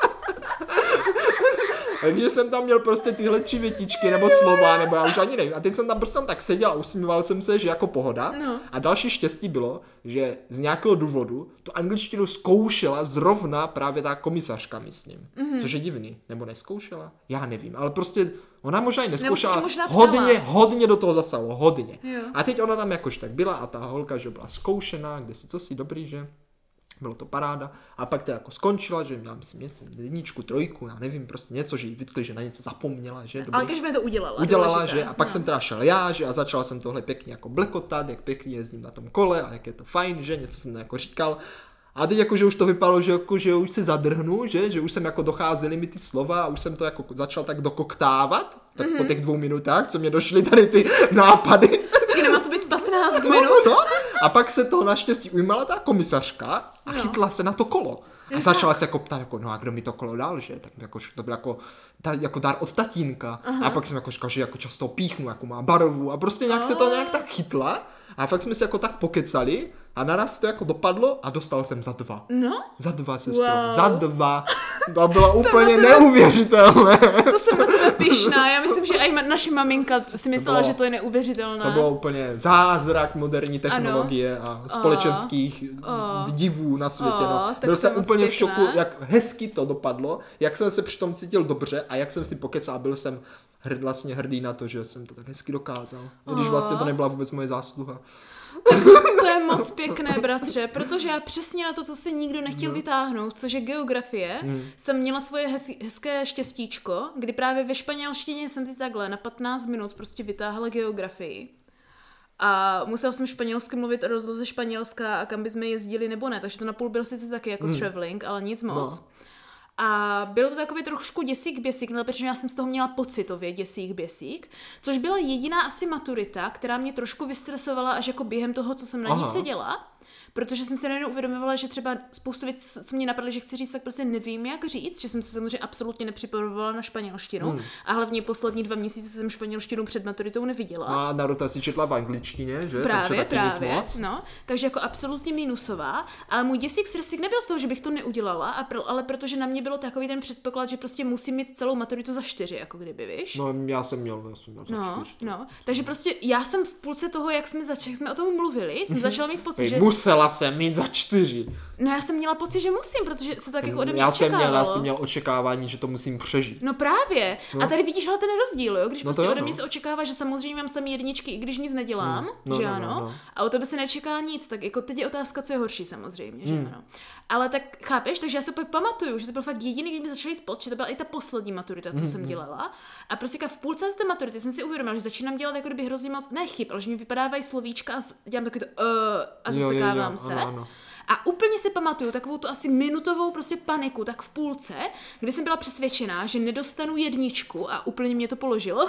A: Takže jsem tam měl prostě tyhle tři větičky nebo slova, nebo já už ani nevím. A teď jsem tam prostě tam tak seděl a usmíval jsem se, že jako pohoda.
B: No.
A: A další štěstí bylo, že z nějakého důvodu tu angličtinu zkoušela zrovna právě ta komisařka, myslím. Mm-hmm. Což je divný. Nebo neskoušela? Já nevím, ale prostě ona možná i neskoušela.
B: Možná
A: hodně, hodně do toho zasalo, hodně.
B: Jo.
A: A teď ona tam jakož tak byla a ta holka, že byla zkoušená, kde si co si dobrý, že? Bylo to paráda. A pak to jako skončila, že měla myslím, myslím jedničku, trojku, já nevím, prostě něco, že jí vytkli, že na něco zapomněla, že? Dobrý.
B: Ale každopádně to udělala.
A: Udělala,
B: důležité.
A: že? A pak
B: no.
A: jsem teda šel já, že? A začal jsem tohle pěkně jako blekotat, jak pěkně jezdím na tom kole a jak je to fajn, že? Něco jsem jako říkal. A teď jako, že už to vypadalo, že, jako, že už se zadrhnu, že? Že už jsem jako docházely mi ty slova a už jsem to jako začal tak dokoktávat, tak mm-hmm. po těch dvou minutách, co mě došly tady ty nápady.
B: Nemá to být patnáct patnáct minut.
A: No, a pak se toho naštěstí ujímala ta komisařka a
B: No.
A: chytla se na to kolo. A začala se jako ptát, jako, no a kdo mi to kolo dal, že? Tak jako, to byl jako, ta, jako dar od tatínka. Aha. A pak jsem jako říkal, že jako často píchnu, jako má barvu a prostě nějak se to nějak tak chytla. A pak jsme se jako tak pokecali a naraz to jako dopadlo a dostal jsem za dva.
B: No?
A: Za dva, sestro.
B: Wow.
A: Za dva. To bylo úplně neuvěřitelné.
B: To jsem na tebe pyšná. Já myslím, že i ma- naše maminka si myslela,
A: bylo-
B: že to je neuvěřitelné.
A: To bylo úplně zázrak moderní technologie a společenských
B: Oh.
A: divů na světě.
B: Oh,
A: No.
B: tak
A: Byl
B: to
A: jsem
B: je moc
A: úplně v
B: pěkné.
A: šoku, jak hezky to dopadlo, jak jsem se přitom cítil dobře a jak jsem si pokecal. Byl jsem hrd, vlastně hrdý na to, že jsem to tak hezky dokázal. I když
B: Oh.
A: vlastně to nebyla vůbec moje zásluha.
B: To je moc pěkné, bratře, protože já přesně na to, co si nikdo nechtěl
A: No.
B: vytáhnout, což je geografie,
A: Mm.
B: jsem měla svoje hez, hezké štěstíčko, kdy právě ve španělštině jsem si takhle na patnáct minut prostě vytáhla geografii. A musela jsem španělsky mluvit o rozloze Španělska a kam bychom jezdili nebo ne, takže to napůl byl sice taky jako
A: Mm.
B: traveling, ale nic moc.
A: No.
B: A bylo to takový trošku děsík běsík, no, protože já jsem z toho měla pocitově děsík běsík, což byla jediná asi maturita, která mě trošku vystresovala až jako během toho, co jsem na ní
A: Aha.
B: seděla. Protože jsem se najednou uvědomovala, že třeba spoustu věcí, co mě napadly, že chci říct, tak prostě nevím, jak říct, že jsem se samozřejmě absolutně nepřipravovala na španělštinu
A: Hmm.
B: a hlavně poslední dva měsíce jsem španělštinu před maturitou neviděla.
A: No a Naruto si četla v angličtině, že?
B: Právě,
A: Takže taky
B: právě,
A: nic moc.
B: no, takže jako absolutně minusová, ale můj děsík stresík nebyl z toho, že bych to neudělala, a pro, ale protože na mě bylo takový ten předpoklad, že prostě musím mít celou maturitu za čtyři, jako kdyby, víš?
A: No já jsem měl, já jsem měl za
B: No,
A: čtyři.
B: no, takže prostě já jsem v půlce toho, jak jsme začali, jak jsme o tom mluvili, jsem začala mít pocit,
A: Hej,
B: že...
A: musela jsem mít za čtyři.
B: No já jsem měla pocit, že musím, protože se to tak jako ode mě
A: já jsem
B: očekávalo.
A: měl, já jsem měl očekávání, že to musím přežít.
B: No právě.
A: No.
B: A tady vidíš ale ten rozdíl, jo? Když
A: No to
B: prostě
A: jo,
B: ode mě
A: no.
B: se očekává, že samozřejmě mám samý jedničky, i když nic nedělám,
A: Mm. No,
B: že
A: no,
B: ano.
A: no, no.
B: A o tebe se nečeká nic, tak jako teď je otázka, co je horší samozřejmě, že
A: Mm.
B: ano. Ale tak chápeš, takže já se úplně pamatuju, že to byl fakt jediný, kdy mi začal jít pot, že to byla i ta poslední maturita, co
A: Mm,
B: jsem
A: mm.
B: dělala. A prostě v půlce z té maturity jsem si uvědomila, že začínám dělat jako kdyby hrozně moc, ne chyb, ale že mi vypadávají slovíčka a z- dělám takový to uh, a
A: Jo, jo, jo,
B: zasekávám se.
A: ano, ano.
B: A úplně si pamatuju takovou tu asi minutovou prostě paniku, tak v půlce, kdy jsem byla přesvědčená, že nedostanu jedničku a úplně mě to položilo.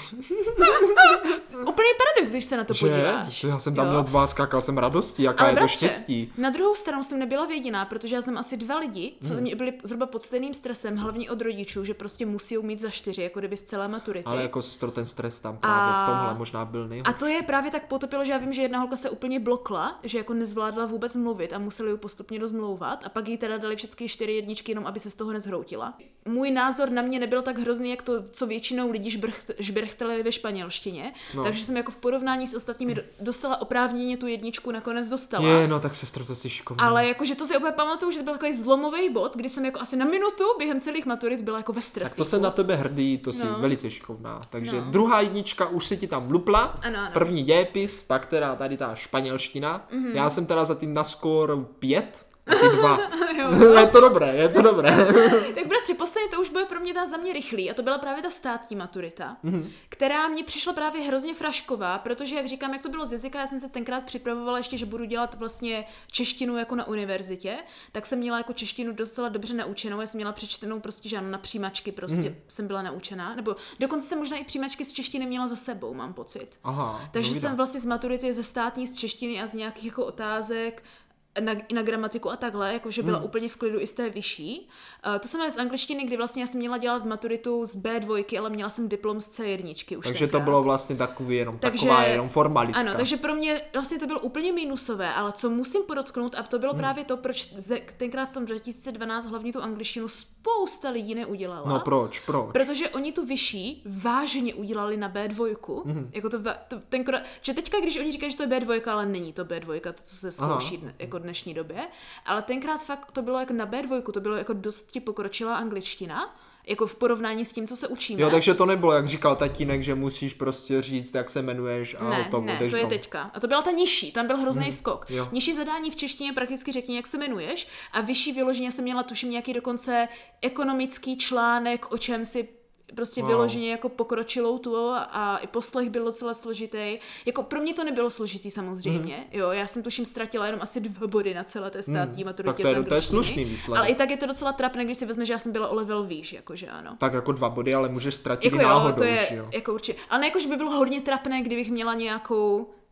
B: Úplně paradox, když se na to
A: Že?
B: podíváš.
A: Že já jsem tam
B: Jo.
A: měl dva, skákal jsem radostí, jaká
B: Ale
A: je to
B: bratře,
A: štěstí.
B: na druhou stranu jsem nebyla jediná, protože já jsem asi dva lidi, co
A: Hmm.
B: mě byli zhruba pod stejným stresem, hlavně od rodičů, že prostě musí mít za čtyři, jako kdyby z celé maturity.
A: Ale jako sestro, ten stres tam právě
B: A-
A: v tomhle možná byl nejhorší.
B: A to je právě tak potopilo, že já vím, že jedna holka se úplně blokla, že jako nezvládla vůbec mluvit a museli ji postupně rozmlouvat a pak jí teda dali všechny čtyři jedničky, jenom aby se z toho nezhroutila. Můj názor na mě nebyl tak hrozný, jak to, co většinou lidí žbrcht, žbrchtali ve španělštině,
A: No.
B: takže jsem jako v porovnání s ostatními do- dostala oprávněně tu jedničku, nakonec dostala.
A: Je, no tak sestro, to jsi šikovná.
B: Ale jakože to si opět pamatuju, že to byl takový zlomový bod, kdy jsem jako asi na minutu během celých maturit byla jako ve stresu.
A: Tak to jsem na tebe hrdý, to jsi
B: No.
A: velice šikovná. Takže
B: No.
A: druhá jednička už se ti tam lupla,
B: Ano, ano.
A: první dějepis, pak teda tady ta španělština.
B: Mhm.
A: Mm-hmm. Já jsem teda za tím na skóre pět, a ty dva.
B: Jo.
A: Je to dobré, je to dobré.
B: Tak bratře, posledně to už bude pro mě ta za mě rychlý a to byla právě ta státní maturita,
A: Mhm.
B: mm-hmm. která mě přišla právě hrozně frašková, protože jak říkám, jak to bylo z jazyka, já jsem se tenkrát připravovala ještě, že budu dělat vlastně češtinu jako na univerzitě, tak jsem měla jako češtinu docela dobře naučenou, já jsem měla přečtenou prostě, že ano, na přijímačky prostě
A: Mhm.
B: mm-hmm. jsem byla naučená, nebo dokonce jsem možná i přijímačky z češtiny měla za sebou, mám pocit.
A: Aha,
B: Takže
A: no,
B: jsem vlastně z maturity ze státní, z češtiny a z nějakých jako otázek na, i na gramatiku a takhle, jakože byla
A: Hmm.
B: úplně v klidu i z té vyšší. Uh, to samé z angličtiny, kdy vlastně já jsem měla dělat maturitu z bé dva, ale měla jsem diplom z cé jedna už
A: Takže
B: tenkrát.
A: to bylo vlastně takový jenom,
B: Takže-
A: taková jenom formalitka.
B: Ano, takže pro mě vlastně to bylo úplně minusové, ale co musím podotknout, a to bylo hmm. právě to, proč ze, tenkrát v tom dva tisíce dvanáct hlavně tu angličtinu spousta lidí neudělala.
A: No proč, proč?
B: Protože oni tu vyšší vážně udělali na bé dva. Mm-hmm. Jako to, to tenkrát, že teďka, když oni říkají, že to je bé dva, ale není to bé dva, to, co se zkouší dne, jako dnešní době, ale tenkrát fakt to bylo jako na bé dva, to bylo jako dosti pokročilá angličtina, jako v porovnání s tím, co se učíme.
A: Jo, takže to nebylo, jak říkal tatínek, že musíš prostě říct, jak se jmenuješ a
B: Ne,
A: to
B: ne,
A: budeš
B: to je
A: dom.
B: teďka. A to byla ta nižší, tam byl hrozný hmm, skok.
A: jo.
B: Nižší zadání v češtině prakticky řekni, jak se jmenuješ, a vyšší vyloženě jsem měla, tuším, nějaký dokonce ekonomický článek, o čem si prostě
A: Wow.
B: vyloženě jako pokročilou tu a, a i poslech byl docela složitý. Jako pro mě to nebylo složitý samozřejmě, mm. jo, já jsem tuším ztratila jenom asi dva body na celé té státní
A: Mm,
B: maturitě
A: tak to je-
B: z
A: to je
B: angličtiny.
A: slušný výsledek.
B: Ale i tak je to docela trapné, když si vezme, že já jsem byla o level výš, jakože ano.
A: Tak jako dva body, ale můžeš ztratit
B: Jako
A: i
B: jo,
A: náhodou
B: to je
A: už, jo.
B: jako určitě. Ale ne jako, že by bylo hodně trapné, kdybych měla nějakou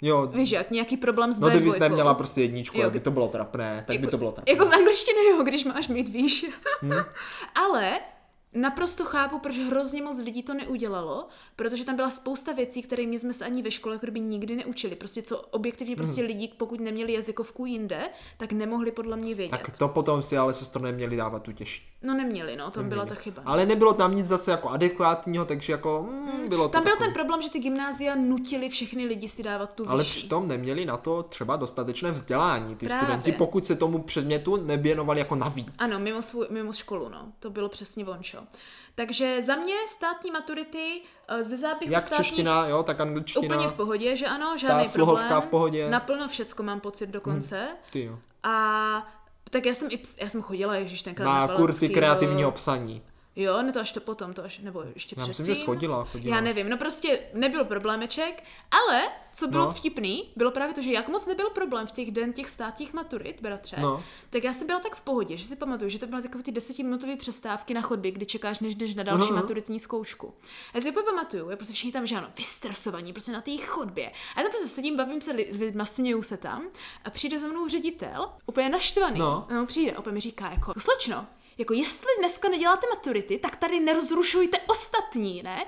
A: Jo.
B: Víš jak, nějaký problém s
A: No,
B: bé dvě.
A: kdybys neměla prostě jedničku,
B: Jo,
A: tak by to bylo trapné, tak
B: jako,
A: by to bylo trapné.
B: Jako z angličtiny, jo, když máš mít, víš.
A: Hmm.
B: Ale naprosto chápu, proč hrozně moc lidí to neudělalo, protože tam byla spousta věcí, kterými jsme se ani ve škole jako kdyby nikdy neučili. Prostě co objektivně prostě
A: Hmm.
B: lidi, pokud neměli jazykovku jinde, tak nemohli podle mě vědět.
A: Tak to potom si ale sestro neměli dávat tu těžší.
B: No neměli, no, tam
A: Neměli.
B: byla ta chyba.
A: Ale nebylo tam nic zase jako adekvátního, takže jako mm, bylo to
B: Tam byl
A: takový.
B: ten problém, že ty gymnázia nutili všechny lidi si dávat tu
A: Ale
B: vyšší.
A: přitom neměli na to třeba dostatečné vzdělání. Ty
B: Právě.
A: studenti, pokud se tomu předmětu nevěnovali jako navíc.
B: Ano, mimo, svůj, mimo školu, no. To bylo přesně vončo. Takže za mě státní maturity eh, ze zápichu
A: Jak
B: státních
A: čeština, jo, tak angličtina.
B: úplně v pohodě, že ano, žádný
A: slohovka
B: problém.
A: v pohodě.
B: Naplno všecko mám pocit dokonce.
A: Hmm, ty jo.
B: A tak já jsem, i, ps- já jsem chodila, ježiš, tenkrát
A: Na kursy
B: Valentský,
A: kreativního
B: jo.
A: psaní.
B: Jo, ne to až to potom, to až, nebo ještě
A: Já
B: předtím.
A: myslím, že chodila, chodila.
B: Já nevím, no prostě nebyl problémeček, ale co bylo
A: No.
B: no. vtipný, bylo právě to, že jak moc nebyl problém v těch den těch státních maturit, bratře,
A: No.
B: tak já jsem byla tak v pohodě, že si pamatuju, že to byly takové ty desetiminutové přestávky na chodbě, kdy čekáš, než jdeš na další
A: Aha.
B: maturitní zkoušku. Já si úplně pamatuju, já prostě všichni tam, že ano, vystresovaní, prostě na té chodbě. A já tam prostě sedím, bavím se li- s lidma, směju se tam a přijde za mnou ředitel, úplně naštvaný.
A: No.
B: no přijde, úplně mi říká jako, slečno, jako jestli dneska neděláte maturity, tak tady nerozrušujte ostatní, ne?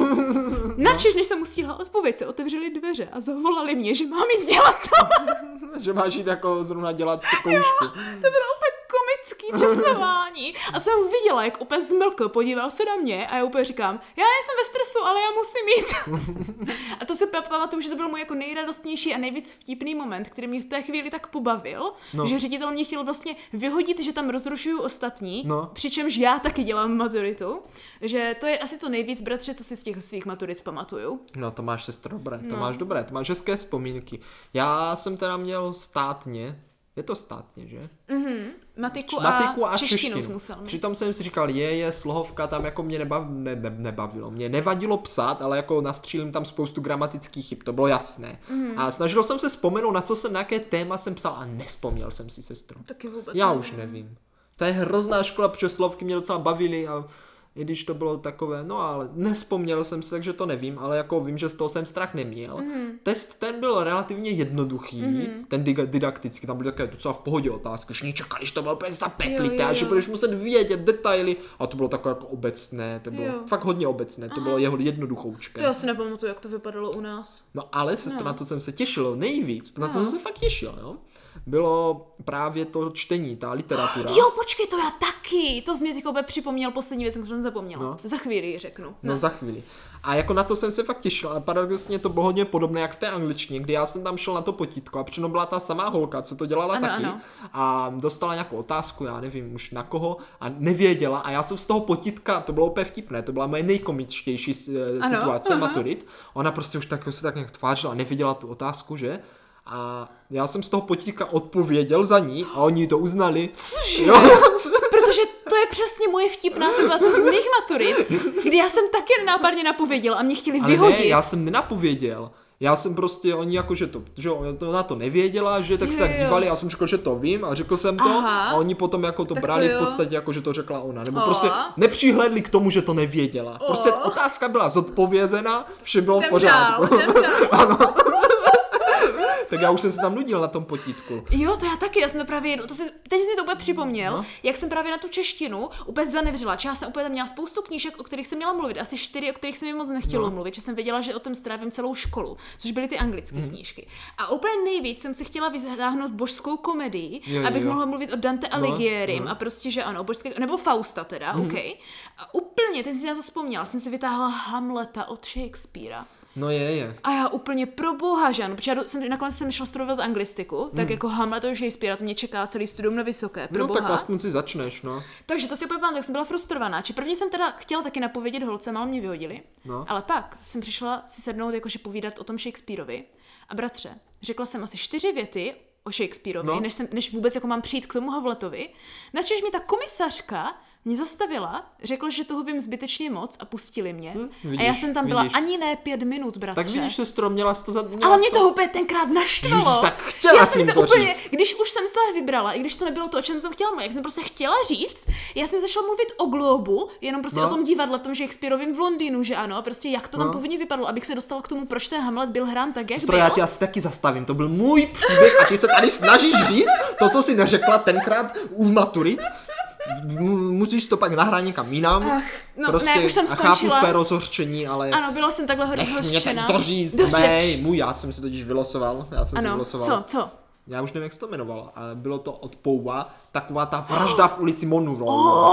B: Načež, než jsem musela odpovědět, se otevřely dveře a zavolali mě, že mám jít dělat to.
A: Že máš jít jako zrovna dělat zkoušku.
B: To bylo úplně komický časování. A jsem ho viděla, jak úplně zmlkl, podíval se na mě a já úplně říkám, já nejsem ve stresu, ale já musím jít. A to si pamatuju, že to byl můj jako nejradostnější a nejvíc vtipný moment, který mě v té chvíli tak pobavil,
A: No.
B: že ředitel mě chtěl vlastně vyhodit, že tam rozrušuju ostatní,
A: No.
B: přičemž já taky dělám maturitu, že to je asi to nejvíc, bratře, co si z těch svých maturit pamatuju.
A: No to máš sestro dobré, to
B: No.
A: máš dobré, to máš hezké vzpomínky. Já jsem teda měl státně, je to státně, že?
B: Mhm. Matiku,
A: Matiku
B: a češtinu jsi musel mít.
A: Přitom jsem si říkal, je, je, slohovka tam jako mě nebav, ne, ne, nebavilo. Mě nevadilo psát, ale jako nastřílím tam spoustu gramatických chyb, to bylo jasné.
B: Mhm.
A: A snažil jsem se vzpomenout, na co jsem, na jaké téma jsem psal a nespomněl jsem si, sestro.
B: Taky vůbec
A: Já
B: nevím.
A: už nevím. To je hrozná škola, protože slovky mě docela bavily a i když to bylo takové, no ale nespomněl jsem se, takže to nevím, ale jako vím, že z toho jsem strach neměl. Mm. Test ten byl relativně jednoduchý, mm. ten dig- didaktický, tam byly také docela v pohodě otázky, že čekali, že to bylo úplně zapeklité
B: Jo, jo,
A: a že
B: jo.
A: budeš muset vědět detaily a to bylo takové jako obecné, to bylo
B: Jo.
A: fakt hodně obecné, to bylo jeho jednoduchoučké.
B: To já si nepamatuju, jak to vypadalo u nás.
A: No ale sestro,
B: No.
A: na to jsem se těšil nejvíc, to na co
B: No.
A: jsem se fakt těšil, jo. Bylo právě to čtení, ta literatura.
B: Jo, počkej, to já taky. To jsi mi teďka úplně připomněl poslední věc, kterou jsem zapomněla.
A: No.
B: Za chvíli ji řeknu.
A: No za chvíli. A jako na to jsem se fakt těšil, ale paradoxně to bylo hodně podobné jak v té angličtině, kdy já jsem tam šel na to potítko a přitom byla ta samá holka, co to dělala
B: Ano,
A: taky
B: ano.
A: a dostala nějakou otázku, já nevím už na koho a nevěděla a já jsem z toho potítka, to bylo úplně vtipné, to byla moje nejkomičtější eh,
B: Ano,
A: situace
B: aha.
A: maturit, ona prostě už tak, se tak nějak tvářila a nevěděla tu otázku, že? A já jsem z toho potítka odpověděl za ní a oni to uznali.
B: Cože?
A: Jo.
B: Protože to je přesně moje vtipná situace z mých maturit, kdy já jsem taky nenápadně napověděla a mě chtěli
A: Ale
B: vyhodit.
A: ne, já jsem nenapověděl. Já jsem prostě, oni jako, že to, že ona to nevěděla, že tak se
B: Jo,
A: tak
B: jo.
A: dívali, já jsem řekl, že to vím a řekl jsem to
B: Aha.
A: a oni potom jako to
B: Tak
A: brali
B: to
A: v
B: jo.
A: podstatě jako, že to řekla ona. Nebo
B: O.
A: prostě nepřihlédli k tomu, že to nevěděla. Prostě
B: O.
A: otázka byla zodpovězena, vše bylo v
B: Jdem
A: pořádku.
B: dál, jdem dál.
A: Tak já už jsem se tam nudil na tom potítku.
B: Jo, to já taky, já jsem to právě, to si, teď jsi mi to úplně připomněl,
A: No.
B: jak jsem právě na tu češtinu úplně zanevřela, že já jsem úplně tam měla spoustu knížek, o kterých jsem měla mluvit, asi čtyři, o kterých se mi moc nechtělo
A: No.
B: mluvit, že jsem věděla, že o tom strávím celou školu, což byly ty anglické
A: Mhm.
B: knížky. A úplně nejvíc jsem si chtěla vyhráhnout božskou komedii,
A: Jo, jo,
B: abych
A: jo.
B: mohla mluvit o Dante
A: No,
B: Alighieri
A: no.
B: a prostě, že ano, božské, nebo Fausta teda,
A: Mhm.
B: OK. A úplně, teď si na to vzpomněla, jsem si vytáhla Hamleta od Shakespearea.
A: No je, je.
B: A já úplně pro boha, že ano, protože já do- jsem, nakonec jsem šla studovat anglistiku, hmm. tak jako Hamlet to Shakespearea, to mě čeká celý studium na vysoké, pro
A: No
B: boha.
A: tak aspoň si začneš, no.
B: Takže to si úplně pamatuju, tak jsem byla frustrovaná. Či prvně jsem teda chtěla taky napovědět holce, málo mě vyhodili,
A: No.
B: ale pak jsem přišla si sednout jakože povídat o tom Shakespeareovi. A bratře, řekla jsem asi čtyři věty o Shakespeareovi,
A: No.
B: než, jsem, než vůbec jako mám přijít k tomu Hamletovi, načež mi ta komisařka mě zastavila, řekla, že toho vím zbytečně moc a pustili mě.
A: Hm,
B: a
A: vidíš,
B: já jsem tam byla
A: vidíš.
B: ani ne pět minut, bratře.
A: Tak vidíš, sestro, měla jsi to za... Měla
B: Ale mě
A: to...
B: to úplně tenkrát naštvalo.
A: Ježiš, tak chtěla
B: já
A: jsi
B: jsem
A: jim
B: to
A: to
B: úplně,
A: říct.
B: když už jsem se to vybrala, i když to nebylo to, o čem jsem chtěla mluvit, jak jsem prostě chtěla říct, já jsem začala mluvit o Globu, jenom prostě
A: No.
B: o tom divadle, v tom Shakespeareovém v Londýnu, že ano, prostě jak to tam
A: No.
B: původně vypadalo, abych se dostala k tomu, proč ten Hamlet byl hrán tak, jak
A: Sestro,
B: byl.
A: já tě asi taky zastavím, to byl můj příběh a ty se tady snažíš říct to, co jsi neřekla tenkrát u maturit. M- musíš to pak nahrát někam jinam.
B: Ach, no
A: prostě,
B: ne, už jsem
A: a chápu
B: skončila.
A: tvé rozhořčení, ale...
B: Ano, byla jsem takhle
A: Nech mě
B: rozhořčená.
A: teď to říct,
B: Dobře.
A: nej, můj, já jsem si totiž vylosoval, já jsem si
B: Ano,
A: vylosoval.
B: co, co?
A: Já už nevím, jak se to jmenovalo, ale bylo to od Pouva, taková ta vražda v ulici Monroe.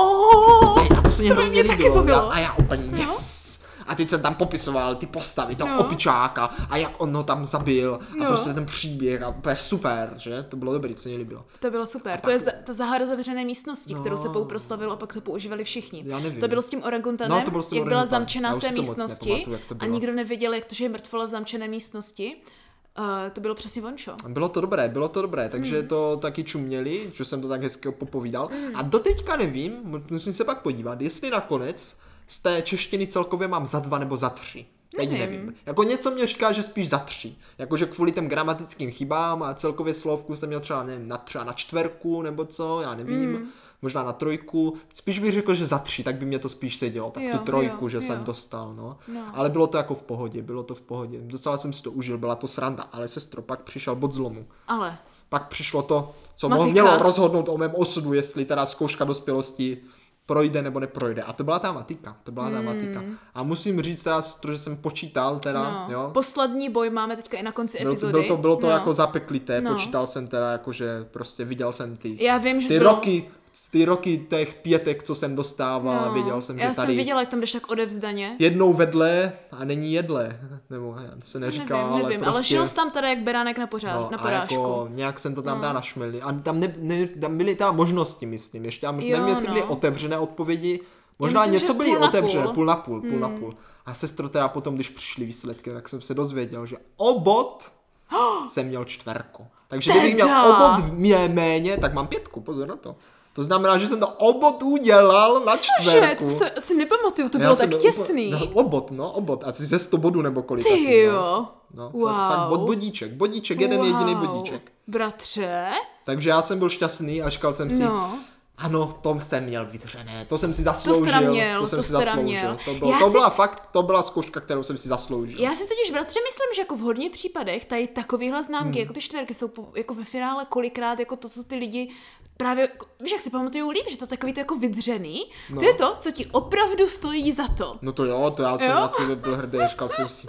B: Oh,
A: A to se mě
B: to by
A: hrozně
B: mě taky
A: líbilo.
B: bavilo.
A: Já, a já úplně
B: No.
A: yes. A teď jsem tam popisoval ty postavy, toho
B: No.
A: opičáka a jak on ho tam zabil a
B: No.
A: prostě ten příběh a úplně super, že? To bylo dobrý, co mě líbilo.
B: To bylo super. To je za, ta záhada zavřené místnosti,
A: No.
B: kterou se Pou proslavil a pak to používali všichni.
A: Já nevím.
B: To bylo s tím orangutanem,
A: No, to bylo s tím
B: jak byla
A: orangutanem.
B: zamčená
A: Já
B: v
A: už
B: té
A: si to moc
B: místnosti
A: nepamatuju, jak to
B: a
A: bylo.
B: nikdo nevěděl, jak to, že je mrtvola v zamčené místnosti. Uh, to bylo přesně vončo.
A: Bylo to dobré, bylo to dobré, takže
B: Mm.
A: to taky čuměli, že jsem to tak hezky popovídal. A doteďka nevím, musím se pak podívat, jestli nakonec z té češtiny celkově mám za dva nebo za tři. Teď
B: Nevím.
A: nevím. Jako něco mě říká, že spíš za tři. Jakože kvůli těm gramatickým chybám a celkově slovku jsem měl třeba, nevím, na třeba na čtverku nebo co, já nevím.
B: Mm.
A: Možná na trojku. Spíš bych řekl, že za tři, tak by mě to spíš sedělo. Tak
B: Jo,
A: tu trojku,
B: jo,
A: že
B: jo.
A: jsem dostal, no.
B: No.
A: Ale bylo to jako v pohodě, bylo to v pohodě. Docela jsem si to užil, byla to sranda. Ale sestro, pak přišel bod zlomu.
B: Ale
A: Pak přišlo to, co
B: Matika.
A: mělo rozhodnout o mém osudu, jestli teda zkouška dospělosti projde nebo neprojde. A to byla ta matika, to byla ta
B: Hmm.
A: matika. A musím říct teda, že jsem počítal teda,
B: no.
A: jo.
B: Poslední boj máme teďka i na konci
A: Bylo to,
B: epizody.
A: bylo to, bylo to
B: no.
A: jako zapeklité,
B: No.
A: počítal jsem teda jako, že prostě viděl jsem ty,
B: Já vím, že
A: ty
B: jsi byl-
A: roky, ty roky těch pětek, co jsem dostával a věděl jsem,
B: Já
A: že
B: jsem
A: tady
B: viděla, jak tam jdeš tak odevzdaně.
A: jednou vedle a není jedle, nebo se neříká,
B: nevím,
A: ale
B: nevím,
A: prostě...
B: ale šel jsi tam teda jak beránek na, pořád,
A: No,
B: na
A: a
B: porážku.
A: jako nějak jsem to tam
B: No.
A: teda našmelil. A tam, ne, ne, tam byly teda možnosti, myslím. Ještě tam
B: Jo,
A: nevím, jestli byly
B: no.
A: otevřené odpovědi. Možná
B: myslím,
A: něco
B: že
A: byly
B: půl na
A: otevřené,
B: půl.
A: půl na půl, půl
B: Hmm.
A: na půl. A sestro teda potom, když přišly výsledky, tak jsem se dozvěděl, že o bod jsem měl čtverku. Takže kdybych měl
B: Teda.
A: o bod mě méně, tak mám pětku, pozor na to. To znamená, že jsem to o bod udělal na
B: Cože,
A: čtverku.
B: to se, si nepamatuju, to
A: Já
B: bylo
A: jsem
B: tak
A: byl
B: těsný.
A: Úplně, no, obod, no, obod. Asi ze sto bodů nebo kolik.
B: Ty
A: taky,
B: jo.
A: No, no
B: Wow.
A: fakt, fakt bod bodíček, bodíček, jeden
B: Wow.
A: jediný bodíček.
B: Bratře?
A: Takže já jsem byl šťastný a říkal jsem si,
B: No.
A: ano, to jsem měl vydřené, to jsem si zasloužil.
B: teda měl,
A: to jsem
B: to
A: si
B: jsi teda
A: zasloužil.
B: měl.
A: To, bylo,
B: Já
A: to
B: si-
A: byla fakt, to byla zkouška, kterou jsem si zasloužil.
B: Já si totiž, bratře, myslím, že jako v hodně případech tady takovýhle známky,
A: Hmm.
B: jako ty čtverky, jsou po, jako ve finále kolikrát jako to, co ty lidi právě, víš, jak si pamatujou líp, že to takový to jako vydřený,
A: No.
B: to je to, co ti opravdu stojí za to.
A: No to jo, to já jsem
B: Jo?
A: asi byl hrdý, říkal jsem si,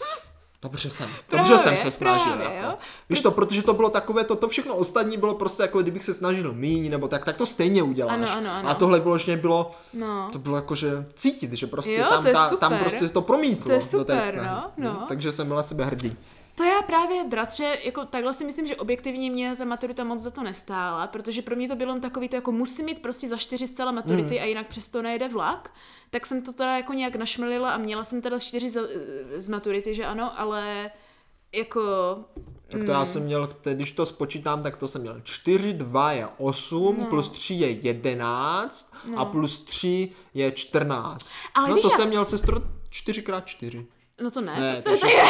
A: dobře jsem,
B: Právě,
A: dobře jsem se snažil.
B: právě,
A: jako.
B: jo.
A: Víš to, protože to bylo takové, to, to všechno ostatní bylo prostě jako, kdybych se snažil míň, nebo tak, tak to stejně uděláš.
B: Ano, ano, ano.
A: A tohle vyloženě bylo,
B: No.
A: to bylo jako, že cítit, že prostě
B: Jo,
A: tam,
B: to je
A: ta,
B: super.
A: tam prostě to promítlo
B: To je
A: do té
B: super,
A: snahy.
B: no, no.
A: Hm, Takže jsem byl na sebe hrdý.
B: To já právě, bratře, jako takhle si myslím, že objektivně mě ta maturita moc za to nestála, protože pro mě to bylo jen takový to, jako musím mít prostě za čtyři z celé maturity
A: Hmm.
B: a jinak přesto nejde vlak, tak jsem to teda jako nějak našmelila a měla jsem teda čtyři z, z maturity, že ano, ale jako...
A: Tak to já jsem měl, te- když to spočítám, tak to jsem měl čtyři, dva je osm,
B: No.
A: plus tři je jedenáct
B: No.
A: a plus tři je čtrnáct.
B: Ale
A: no
B: víš
A: to
B: jak-
A: jsem měl, sestro, čtyři krát čtyři.
B: No to ne,
A: Ne,
B: to,
A: to
B: to,
A: je
B: to je...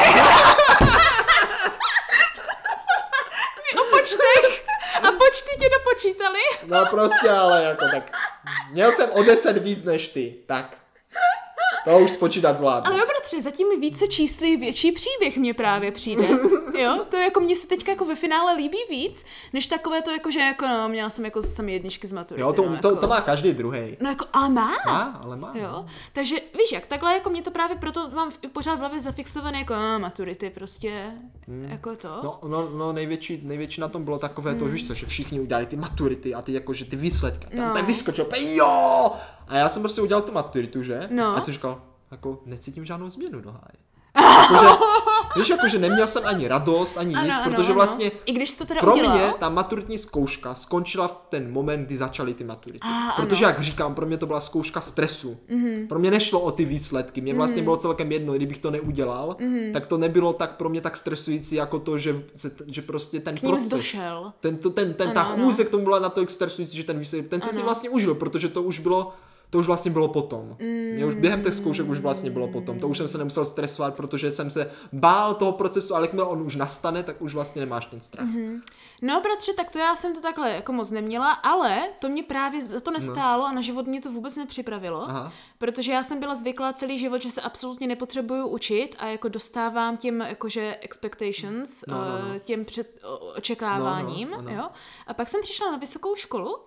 B: My o počtech a počty tě dopočítali.
A: No prostě, ale jako tak, měl jsem o deset víc než ty, tak. To už spočítat zvládnu.
B: Ale jo, bratře, zatím více čísly větší příběh mně právě přijde. Jo, to jako mně se teďka jako ve finále líbí víc, než takové to jako, že jako no, měla jsem jako sami jedničky z maturity.
A: Jo, to,
B: no,
A: to,
B: jako...
A: to má každý druhý.
B: No jako, ale má.
A: Má, ale má.
B: Jo, takže víš jak, takhle jako mě to právě proto mám v- pořád v hlavě zafixované jako a, maturity prostě, hmm. jako to.
A: No, no, no největší, největší na tom bylo takové to, víš co, že všichni udělali ty maturity a ty jakože ty výsledky. Tam
B: No.
A: tak vyskočil, pe, jo! A já jsem prostě udělal tu maturitu, že?
B: No.
A: A jsem říkal, jako necítím žádnou změnu do háje. Jakože, víš, jakože neměl jsem ani radost, ani nic,
B: Ano, ano,
A: protože
B: ano.
A: vlastně
B: I když jsi to teda
A: pro
B: udělal.
A: mě ta maturitní zkouška skončila v ten moment, kdy začaly ty maturity.
B: Ah,
A: protože,
B: ano.
A: jak říkám, pro mě to byla zkouška stresu.
B: Mhm.
A: Pro mě nešlo o ty výsledky. Mě vlastně bylo celkem jedno, kdybych to neudělal,
B: Mhm.
A: tak to nebylo tak pro mě tak stresující, jako to, že, se, že prostě ten
B: K ním jsi
A: proces,
B: došel.
A: ten, to, ten, ten,
B: Ano,
A: ta
B: ano.
A: chůze k tomu byla natolik stresující, že ten výsledek, ten jsem si
B: Ano.
A: vlastně užil, protože to už bylo to už vlastně bylo potom. Mě už během těch zkoušek už vlastně bylo potom. To už jsem se nemusel stresovat, protože jsem se bál toho procesu, ale jakmile on už nastane, tak už vlastně nemáš ten strach.
B: Mm-hmm. No, bratře, tak to já jsem to takhle jako moc neměla, ale to mě právě za to nestálo no. a na život mě to vůbec nepřipravilo, Aha. protože já jsem byla zvyklá celý život, že se absolutně nepotřebuju učit a jako dostávám těm jakože expectations, no, no, no. těm před očekáváním, no, no, no. jo. A pak jsem přišla na vysokou školu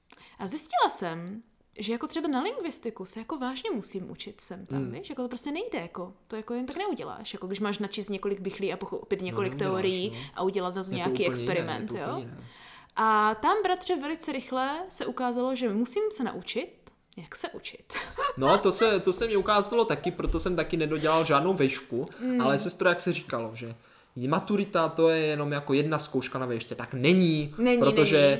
B: a zjistila jsem, že jako třeba na lingvistiku se jako vážně musím učit sem tam, mm. víš, jako to prostě nejde, jako to jako jen tak neuděláš, jako když máš načíst několik bychlí a pochopit několik no, teorií no. a udělat na to je nějaký to experiment, jiné, jo. Jiné. A tam, bratře, velice rychle se ukázalo, že musím se naučit, jak se učit.
A: No, to se, to se mi ukázalo taky, proto jsem taky nedodělal žádnou vejšku, mm. ale sestro, jak se říkalo, že maturita to je jenom jako jedna zkouška na vejště, tak není, není protože není.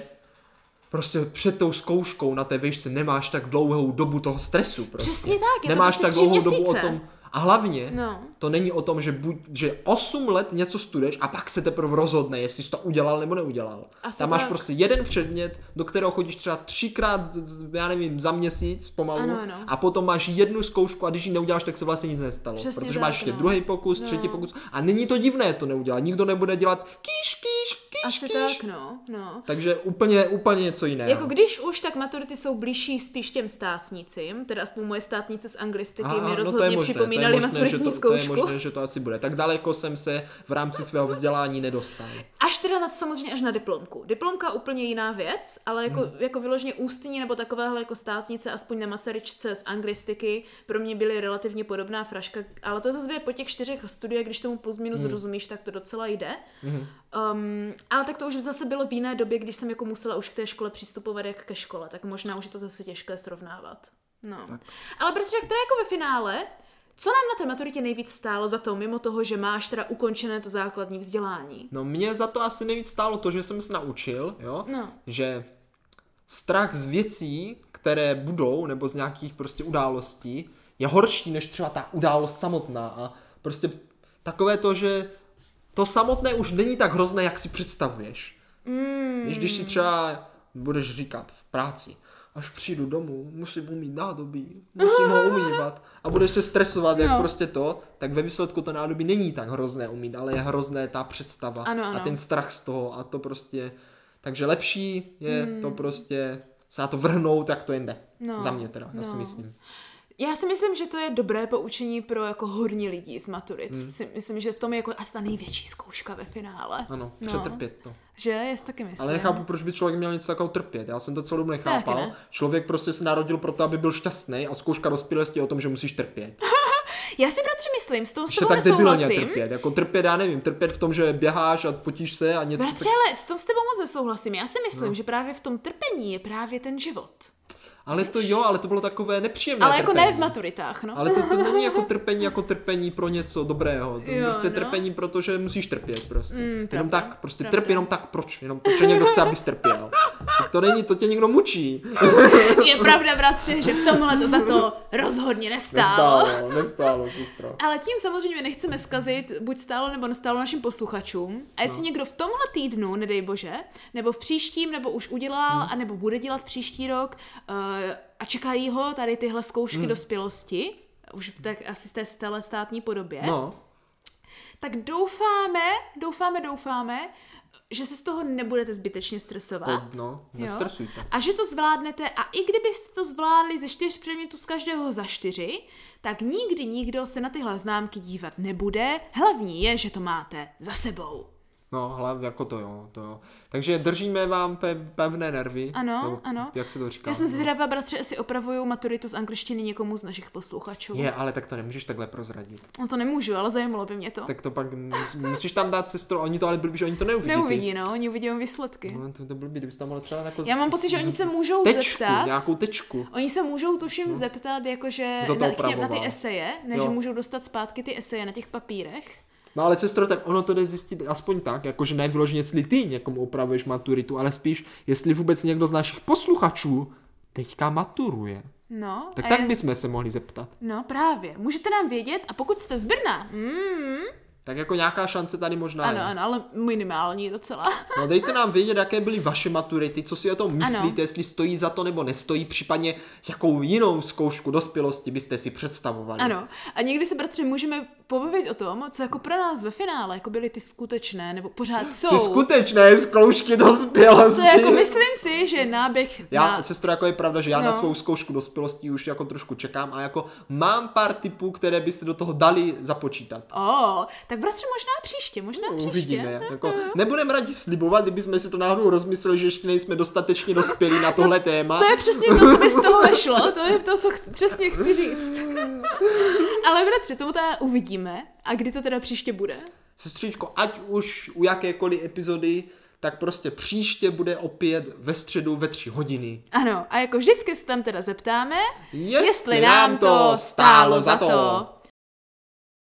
A: Prostě před tou zkouškou na té výšce nemáš tak dlouhou dobu toho stresu. Prostě.
B: Přesně tak. Je
A: nemáš
B: to
A: tak dlouhou
B: měsíce.
A: dobu o tom. A hlavně
B: no.
A: to není o tom, že, buď, že osm let něco studuješ a pak se teprve rozhodne, jestli jsi to udělal nebo neudělal. Asi Tam tak. máš prostě jeden předmět, do kterého chodíš třeba třikrát, já nevím, za měsíc pomalu.
B: Ano, ano.
A: A potom máš jednu zkoušku a když ji neuděláš, tak se vlastně nic nestalo.
B: Přesně
A: protože
B: tak,
A: máš ještě
B: no.
A: druhý pokus,
B: no.
A: třetí pokus. A není to divné to neudělat. Nikdo nebude dělat kýš, kýš, kýš,
B: Asi
A: kýš.
B: tak, no, no.
A: Takže úplně, úplně něco jiného.
B: Jako když už, tak maturity jsou blížší spíš těm státnicím, teda aspoň moje státnice z anglistiky
A: Aha,
B: mi rozhodně
A: no možné,
B: připomínaly
A: možné,
B: maturitní
A: to,
B: zkoušku.
A: To je možné, že to asi bude. Tak daleko jsem se v rámci svého vzdělání nedostal.
B: Až teda na, samozřejmě až na diplomku. Diplomka úplně jiná věc, ale jako, hmm. jako vyloženě ústní nebo takovéhle jako státnice, aspoň na Masaryčce z anglistiky, pro mě byly relativně podobná fraška, ale to zase po těch čtyřech studiích, když tomu plus minus hmm. rozumíš, tak to docela jde. Hmm. Um, ale tak to už zase bylo v jiné době, když jsem jako musela už k té škole přistupovat jak ke škole, tak možná už je to zase těžké srovnávat. No. Tak. Ale protože teda jako ve finále, co nám na té maturitě nejvíc stálo za to, mimo toho, že máš teda ukončené to základní vzdělání?
A: No mě za to asi nejvíc stálo to, že jsem se naučil, jo,
B: no.
A: že strach z věcí, které budou, nebo z nějakých prostě událostí, je horší než třeba ta událost samotná a prostě takové to, že to samotné už není tak hrozné, jak si představuješ.
B: Mm.
A: Víš, když si třeba budeš říkat v práci, až přijdu domů, musím umýt nádobí, musím ho umývat a budeš se stresovat, jak no. prostě to, tak ve výsledku to nádobí není tak hrozné umýt, ale je hrozné ta představa
B: ano, ano.
A: a ten strach z toho a to prostě, takže lepší je mm. to prostě se na to vrhnout, jak to jen jde.
B: No.
A: Za mě teda, já
B: no.
A: si myslím.
B: Já si myslím, že to je dobré poučení pro jako hodně lidí z maturit. Hmm. Si myslím, že v tom je jako asi ta největší zkouška ve finále.
A: Ano,
B: no.
A: přetrpět to.
B: Že? Já si taky myslím.
A: Ale nechápu, proč by člověk měl něco takového trpět. Já jsem to celou dobu nechápal.
B: Ne.
A: Člověk prostě se narodil proto, aby byl šťastný a zkouška dospělosti je o tom, že musíš trpět.
B: Já si bratře myslím, s tom s
A: tebou
B: tak nesouhlasím.
A: Trpět. Jako trpět, já nevím, trpět v tom, že běháš a potíš se a něco.
B: Bratře, ale s tom s tebou moc nesouhlasím. Já si myslím, no. že právě v tom trpení je právě ten život.
A: Ale to jo, ale to bylo takové nepříjemné
B: Ale
A: trpení.
B: jako ne v maturitách, no.
A: Ale to, to není jako trpení, jako trpení pro něco dobrého. To je prostě
B: no.
A: trpení, protože musíš trpět prostě.
B: Mm,
A: jenom
B: pravda,
A: tak, prostě
B: pravda.
A: trp jenom tak, proč? Jenom protože někdo chce, abys trpěl. Tak to není, to tě někdo mučí.
B: Je pravda, bratře, že v tomhle to za to rozhodně nestálo.
A: Nestálo, nestálo, sestro.
B: Ale tím samozřejmě nechceme zkazit, buď stálo nebo nestálo našim posluchačům. A jestli no. někdo v tomhle týdnu, nedej bože, nebo v příštím, nebo už udělal, hmm. anebo bude dělat příští rok, uh, a čekají ho tady tyhle zkoušky hmm. dospělosti, už v tak, asi z té stále státní podobě,
A: no.
B: tak doufáme, doufáme, doufáme, že se z toho nebudete zbytečně stresovat.
A: No, nestresujte.
B: A že to zvládnete a i kdybyste to zvládli ze čtyř předmětů z každého za čtyři, tak nikdy nikdo se na tyhle známky dívat nebude. Hlavní je, že to máte za sebou.
A: No, hlavně jako to jo, to jo. Takže držíme vám pe- pevné nervy.
B: Ano,
A: nebo,
B: ano.
A: Jak se to říká?
B: Já jsem zvědavá, bratře, jestli opravuju maturitu z angličtiny někomu z našich posluchačů.
A: Je, ale tak to nemůžeš takhle prozradit.
B: No to nemůžu, ale zajímalo by mě to.
A: Tak to pak mus, musíš tam dát sestru, oni to ale blbý, že oni to neuvidí.
B: Neuvidí, no, oni uvidí výsledky.
A: No, to, to blbý, kdybys tam mohla třeba jako
B: Já mám pocit, že oni se můžou
A: tečku,
B: zeptat.
A: nějakou tečku.
B: Oni se můžou, tuším, no. zeptat, jakože na, tě, na ty eseje, ne, jo. že můžou dostat zpátky ty eseje na těch papírech.
A: No ale sestro, tak ono to jde zjistit aspoň tak, jakože ne vyloženě, jestli ty někomu opravuješ maturitu, ale spíš, jestli vůbec někdo z našich posluchačů teďka maturuje.
B: No.
A: Tak tak
B: je...
A: bychom se mohli zeptat.
B: No právě. Můžete nám vědět a pokud jste z Brna, mm,
A: Tak jako nějaká šance tady možná
B: Ano,
A: je.
B: ano, ale minimální docela.
A: No dejte nám vědět, jaké byly vaše maturity, co si o tom myslíte,
B: Ano.
A: jestli stojí za to nebo nestojí, případně jakou jinou zkoušku dospělosti byste si představovali.
B: Ano. A někdy se, bratře, můžeme pobavit o tom, co jako pro nás ve finále jako byly ty skutečné, nebo pořád jsou.
A: Ty skutečné zkoušky dospělosti.
B: To jako myslím si, že náběh
A: Já,
B: na...
A: sestro, jako je pravda, že já
B: No.
A: na svou zkoušku dospělosti už jako trošku čekám a jako mám pár tipů, které byste do toho dali započítat.
B: O, tak bratře, možná příště, možná příště.
A: Uvidíme. Jako, nebudeme rádi slibovat, kdybychom si to náhodou rozmysleli, že ještě nejsme dostatečně dospělí na tohle téma.
B: To je přesně to, co by z toho nešlo, to je to, co ch- přesně chci říct. Ale bratře, tomu teda uvidíme. A kdy to teda příště bude?
A: Sestřičko, ať už u jakékoliv epizody, tak prostě příště bude opět ve středu ve tři hodiny.
B: Ano, a jako vždycky se tam teda zeptáme,
A: Jestli
B: jestli nám to stálo za to.